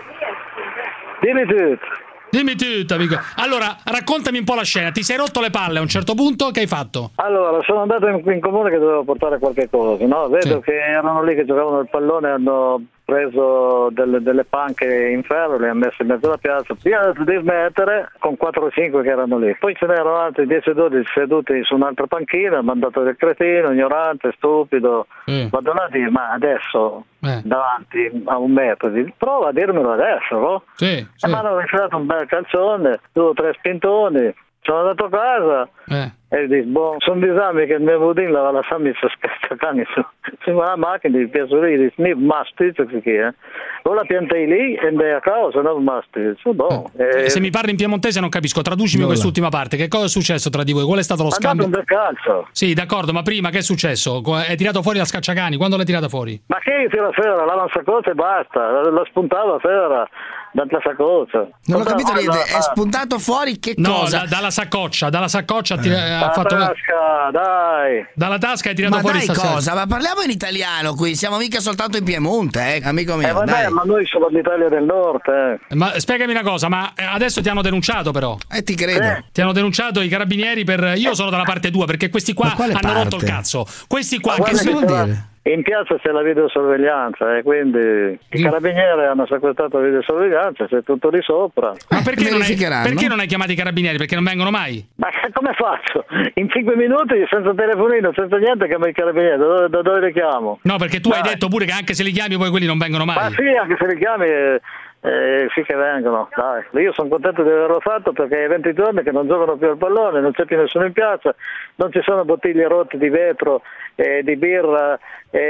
Dimmi tutto, amico. Allora, raccontami un po' la scena. Ti sei rotto le palle a un certo punto? Che hai fatto? Allora, sono andato in comune che dovevo portare qualche cosa, no? Vedo che erano lì che giocavano il pallone, hanno preso delle panche in ferro, le hanno messe in mezzo alla piazza. Io ho detto di smettere con 4 o 5 che erano lì. Poi ce n'erano altri 10 o 12 seduti su un'altra panchina, mandato del cretino, ignorante, stupido. Vado là a dire, ma adesso davanti a 1 metro, prova a dirmelo adesso, no? Sì. E mi hanno infilato un bel calzone, 2 o 3 spintoni. Sono andato a casa e dico, sono disami che il mio budino la lasciami scacciacani sulla macchina, di peso lì, di snip, mastizzo che o la piantai lì e andai a casa, no mastizzo, Se mi parli in piemontese non capisco, traducimi quest'ultima parte, che cosa è successo tra di voi? Qual è stato lo scambio? Un bel calcio. Sì, d'accordo, ma prima che è successo? Hai tirato fuori la scacciacani, quando l'hai tirata fuori? Ma che tira sera, la saccoccia e basta, la spuntava sera. Dalla saccoccia. Non ho capito niente, è spuntato fuori che cosa? No, dalla saccoccia ha fatto tasca, dai. Dalla tasca hai tirato fuori cosa? Ma parliamo in italiano qui, siamo mica soltanto in Piemonte, amico mio. Ma noi siamo l'Italia del Nord, Ma spiegami una cosa, ma adesso ti hanno denunciato però. Ti credo. Ti hanno denunciato i carabinieri per. Io sono dalla parte tua, perché questi qua hanno rotto il cazzo. Questi qua che vuol dire? In piazza c'è la videosorveglianza e quindi i carabinieri hanno sequestrato la videosorveglianza, c'è tutto lì sopra. Ma perché non hai chiamato i carabinieri? Perché non vengono mai? Ma come faccio? In 5 minuti senza telefonino, senza niente, chiamo i carabinieri, da dove li chiamo? No, perché tu hai detto pure che anche se li chiami poi quelli non vengono mai. Ma sì, anche se li chiami sì che vengono, dai. Io sono contento di averlo fatto perché è 20 giorni che non giocano più al pallone, non c'è più nessuno in piazza, non ci sono bottiglie rotte di vetro, di birra,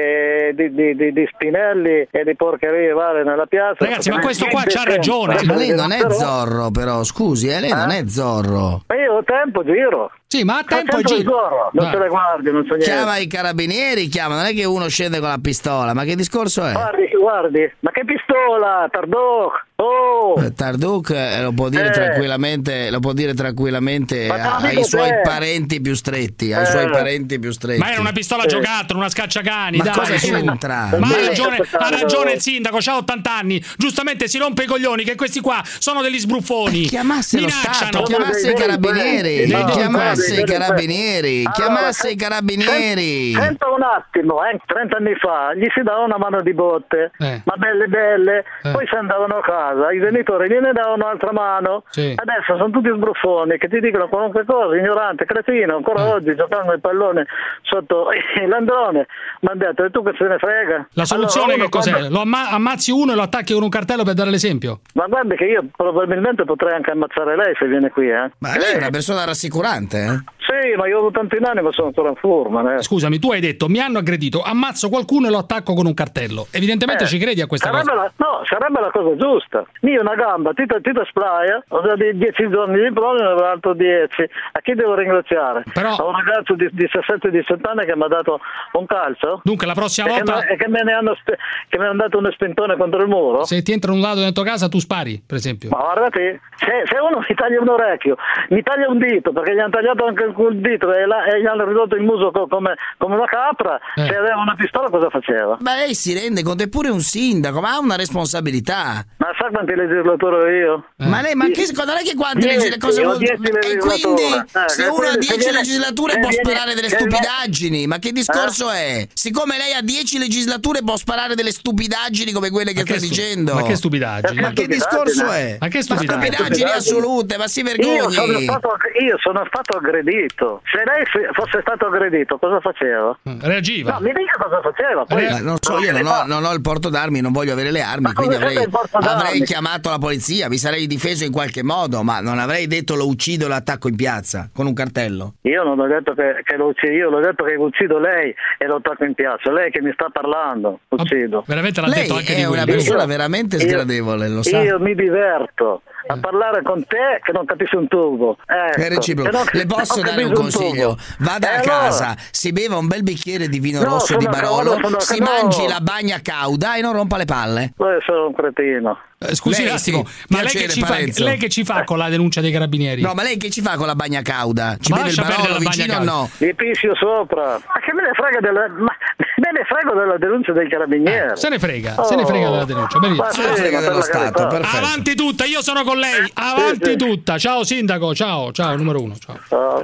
di spinelli e di porcherie varie nella piazza. Ragazzi, ma questo qua c'ha ragione. Ma lei non è Zorro, però, scusi, lei non è Zorro. Ma io ho tempo, giro. Sì, ma a tempo giro. Non te le guardi, non so niente. Chiama i carabinieri, non è che uno scende con la pistola, ma che discorso è? Guardi, ma che pistola, Tardoc? Tarduc lo può dire tranquillamente ai suoi parenti più stretti, Ma era una pistola a giocattolo, una scacciacani, ma dai. Cosa c'entra? Ma ha ragione il sindaco, c'ha 80 anni. Giustamente si rompe i coglioni che questi qua sono degli sbruffoni. Chiamasse lo Stato, chiamasse i carabinieri. Chiamasse i carabinieri. Senta un attimo, 30 anni fa gli si dava una mano di botte, ma belle, poi si andavano a casa, i genitori gliene davano un'altra mano. Adesso sono tutti sbruffoni che ti dicono qualunque cosa, ignorante, cretino, ancora oggi giocando il pallone sotto l'androne. Ma hanno detto, e tu che se ne frega? La soluzione che cos'è? Lo ammazzi uno e lo attacchi con un cartello per dare l'esempio? Ma guardi che io probabilmente potrei anche ammazzare lei se viene qui, Ma lei è una persona rassicurante, Sì, ma io ho avuto tanti anni ma sono ancora in forma. Scusami, tu hai detto mi hanno aggredito, ammazzo qualcuno e lo attacco con un cartello. Evidentemente ci credi a questa cosa. Sarebbe la cosa giusta. Io una gamba, ti splaya, ho già 10 giorni di prova, ne avevo altro 10. A chi devo ringraziare? A un ragazzo di 17-18 anni che mi ha dato un calcio. Dunque la prossima volta che mi hanno dato uno spintone contro il muro. Se ti entra un dado dentro casa tu spari, per esempio. Ma guardate, se uno mi taglia un orecchio, mi taglia un dito, perché gli hanno tagliato anche il dito e gli hanno ridotto il muso come una capra, se aveva una pistola cosa faceva? Ma lei si rende conto, è pure un sindaco, ma ha una responsabilità. Ma sa quanti legislatori ho io? Ma lei, secondo lei che quanti legislatori? E quindi se uno ha 10 legislature può sparare delle stupidaggini, ma che discorso è? Siccome lei ha 10 legislature può sparare delle stupidaggini come quelle che sta dicendo. Ma che stupidaggini? Ma che discorso è? Ma che stupidaggini? Stupidaggini assolute, ma si vergogni. Io sono stato aggredito. aggredito. Se lei fosse stato aggredito, cosa faceva? Reagiva. No, mi dica cosa faceva. Poi non so, io non ho il porto d'armi, non voglio avere le armi, quindi avrei chiamato la polizia, mi sarei difeso in qualche modo, ma non avrei detto lo uccido e lo attacco in piazza con un cartello. Io non ho detto che lo uccido, io l'ho detto che uccido lei e lo attacco in piazza. Lei che mi sta parlando, uccido. Veramente l'ha detto anche di una persona veramente sgradevole, lo sa. Io mi diverto a parlare con te che non capisci un tubo. È reciproco. Le posso dare un consiglio? Vada a casa, si beva un bel bicchiere di vino rosso di Barolo, si mangi la bagna cauda e non rompa le palle. Sono un cretino. Scusi un attimo, ma lei che ci fa con la denuncia dei carabinieri? No, ma lei che ci fa con la bagna cauda? Ci beve il Barolo vicino o no? Gli piscio sopra. Ma che me ne frega della denuncia dei carabinieri? Se ne frega della denuncia. Se ne frega dello Stato, perfetto. Avanti tutta, io sono con lei. Avanti tutta. Ciao sindaco, ciao, numero 1. Ciao.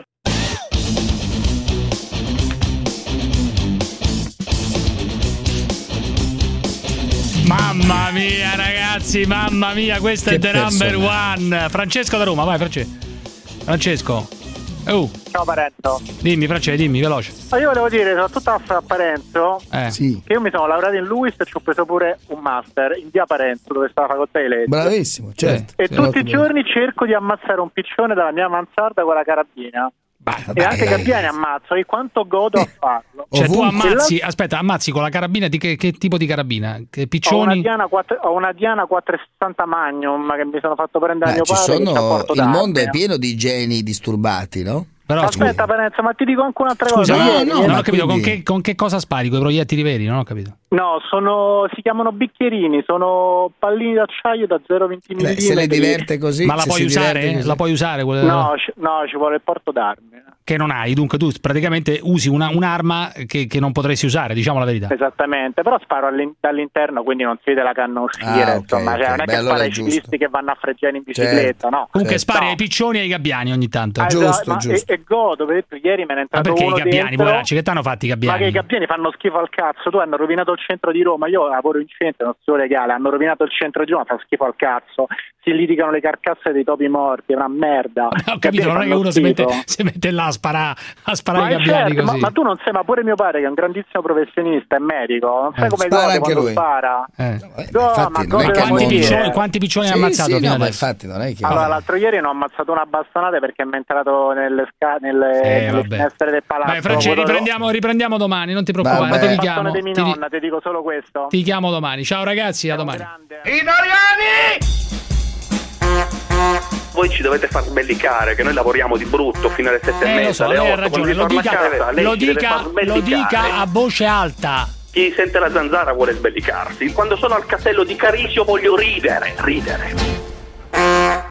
Mamma mia ragazzi, mamma mia, questa è the number one. Francesco da Roma, vai Francesco. Ciao Parenzo. Dimmi Francesco, dimmi veloce. Io volevo dire soprattutto a Parenzo che io mi sono laureato in LUIS e ci ho preso pure un master in via Parenzo dove sta la facoltà di legge. Bravissimo, certo. E tutti i giorni cerco di ammazzare un piccione dalla mia mansarda con la carabina. E anche Gabbiani ammazzo, e quanto godo a farlo. Cioè tu ammazzi con la carabina di che tipo di carabina? Che piccioni? Ho una Diana 460 Magnum che mi sono fatto prendere a mio padre. Il mondo è pieno di geni disturbati, no? Però, aspetta Parenzo, ma ti dico anche un'altra cosa. Non ho capito con che cosa spari, con i proiettili veri, non ho capito. No, si chiamano bicchierini, sono pallini d'acciaio da 0,20 mm. Se le diverte così. Ma la puoi usare? La puoi usare? No, ci vuole il porto d'armi. Che non hai, dunque tu praticamente usi un'arma che non potresti usare, diciamo la verità. Esattamente, però sparo dall'interno, quindi non si vede la canna uscire, insomma, non è che sparo ai ciclisti che vanno a freggiare in bicicletta, no. Comunque spari ai piccioni e ai gabbiani ogni tanto. Giusto. E godo, perché ieri me ne è entrato uno perché i gabbiani, dentro. Che t'hanno fatti i gabbiani? Ma che i gabbiani fanno schifo al cazzo, tu hanno rovinato il centro di Roma, io lavoro in centro, non sono legale, hanno rovinato il centro di Roma, fa schifo al cazzo, si litigano le carcasse dei topi morti, è una merda. Ho capito, non è che uno si mette là a sparare i gabbiani così. Ma tu non sai, ma pure mio padre che è un grandissimo professionista, è medico, non sai come gode quando spara. Quanti piccioni hai ammazzato fino adesso? Infatti non è che... Allora, l'altro ieri ne ho ammazzato una bastonata perché mi è entrato nelle finestre del palazzo. Beh, Francesco, riprendiamo domani, non ti preoccupare, ti richiamo. Ti dico solo questo. Ti chiamo domani. Ciao ragazzi, a domani. Italiani! Voi ci dovete far sbellicare che noi lavoriamo di brutto fino alle 7:30, alle 8. Lei ha ragione, lo dica a voce alta. Chi sente la zanzara vuole sbellicarsi. Quando sono al castello di Carisio voglio ridere.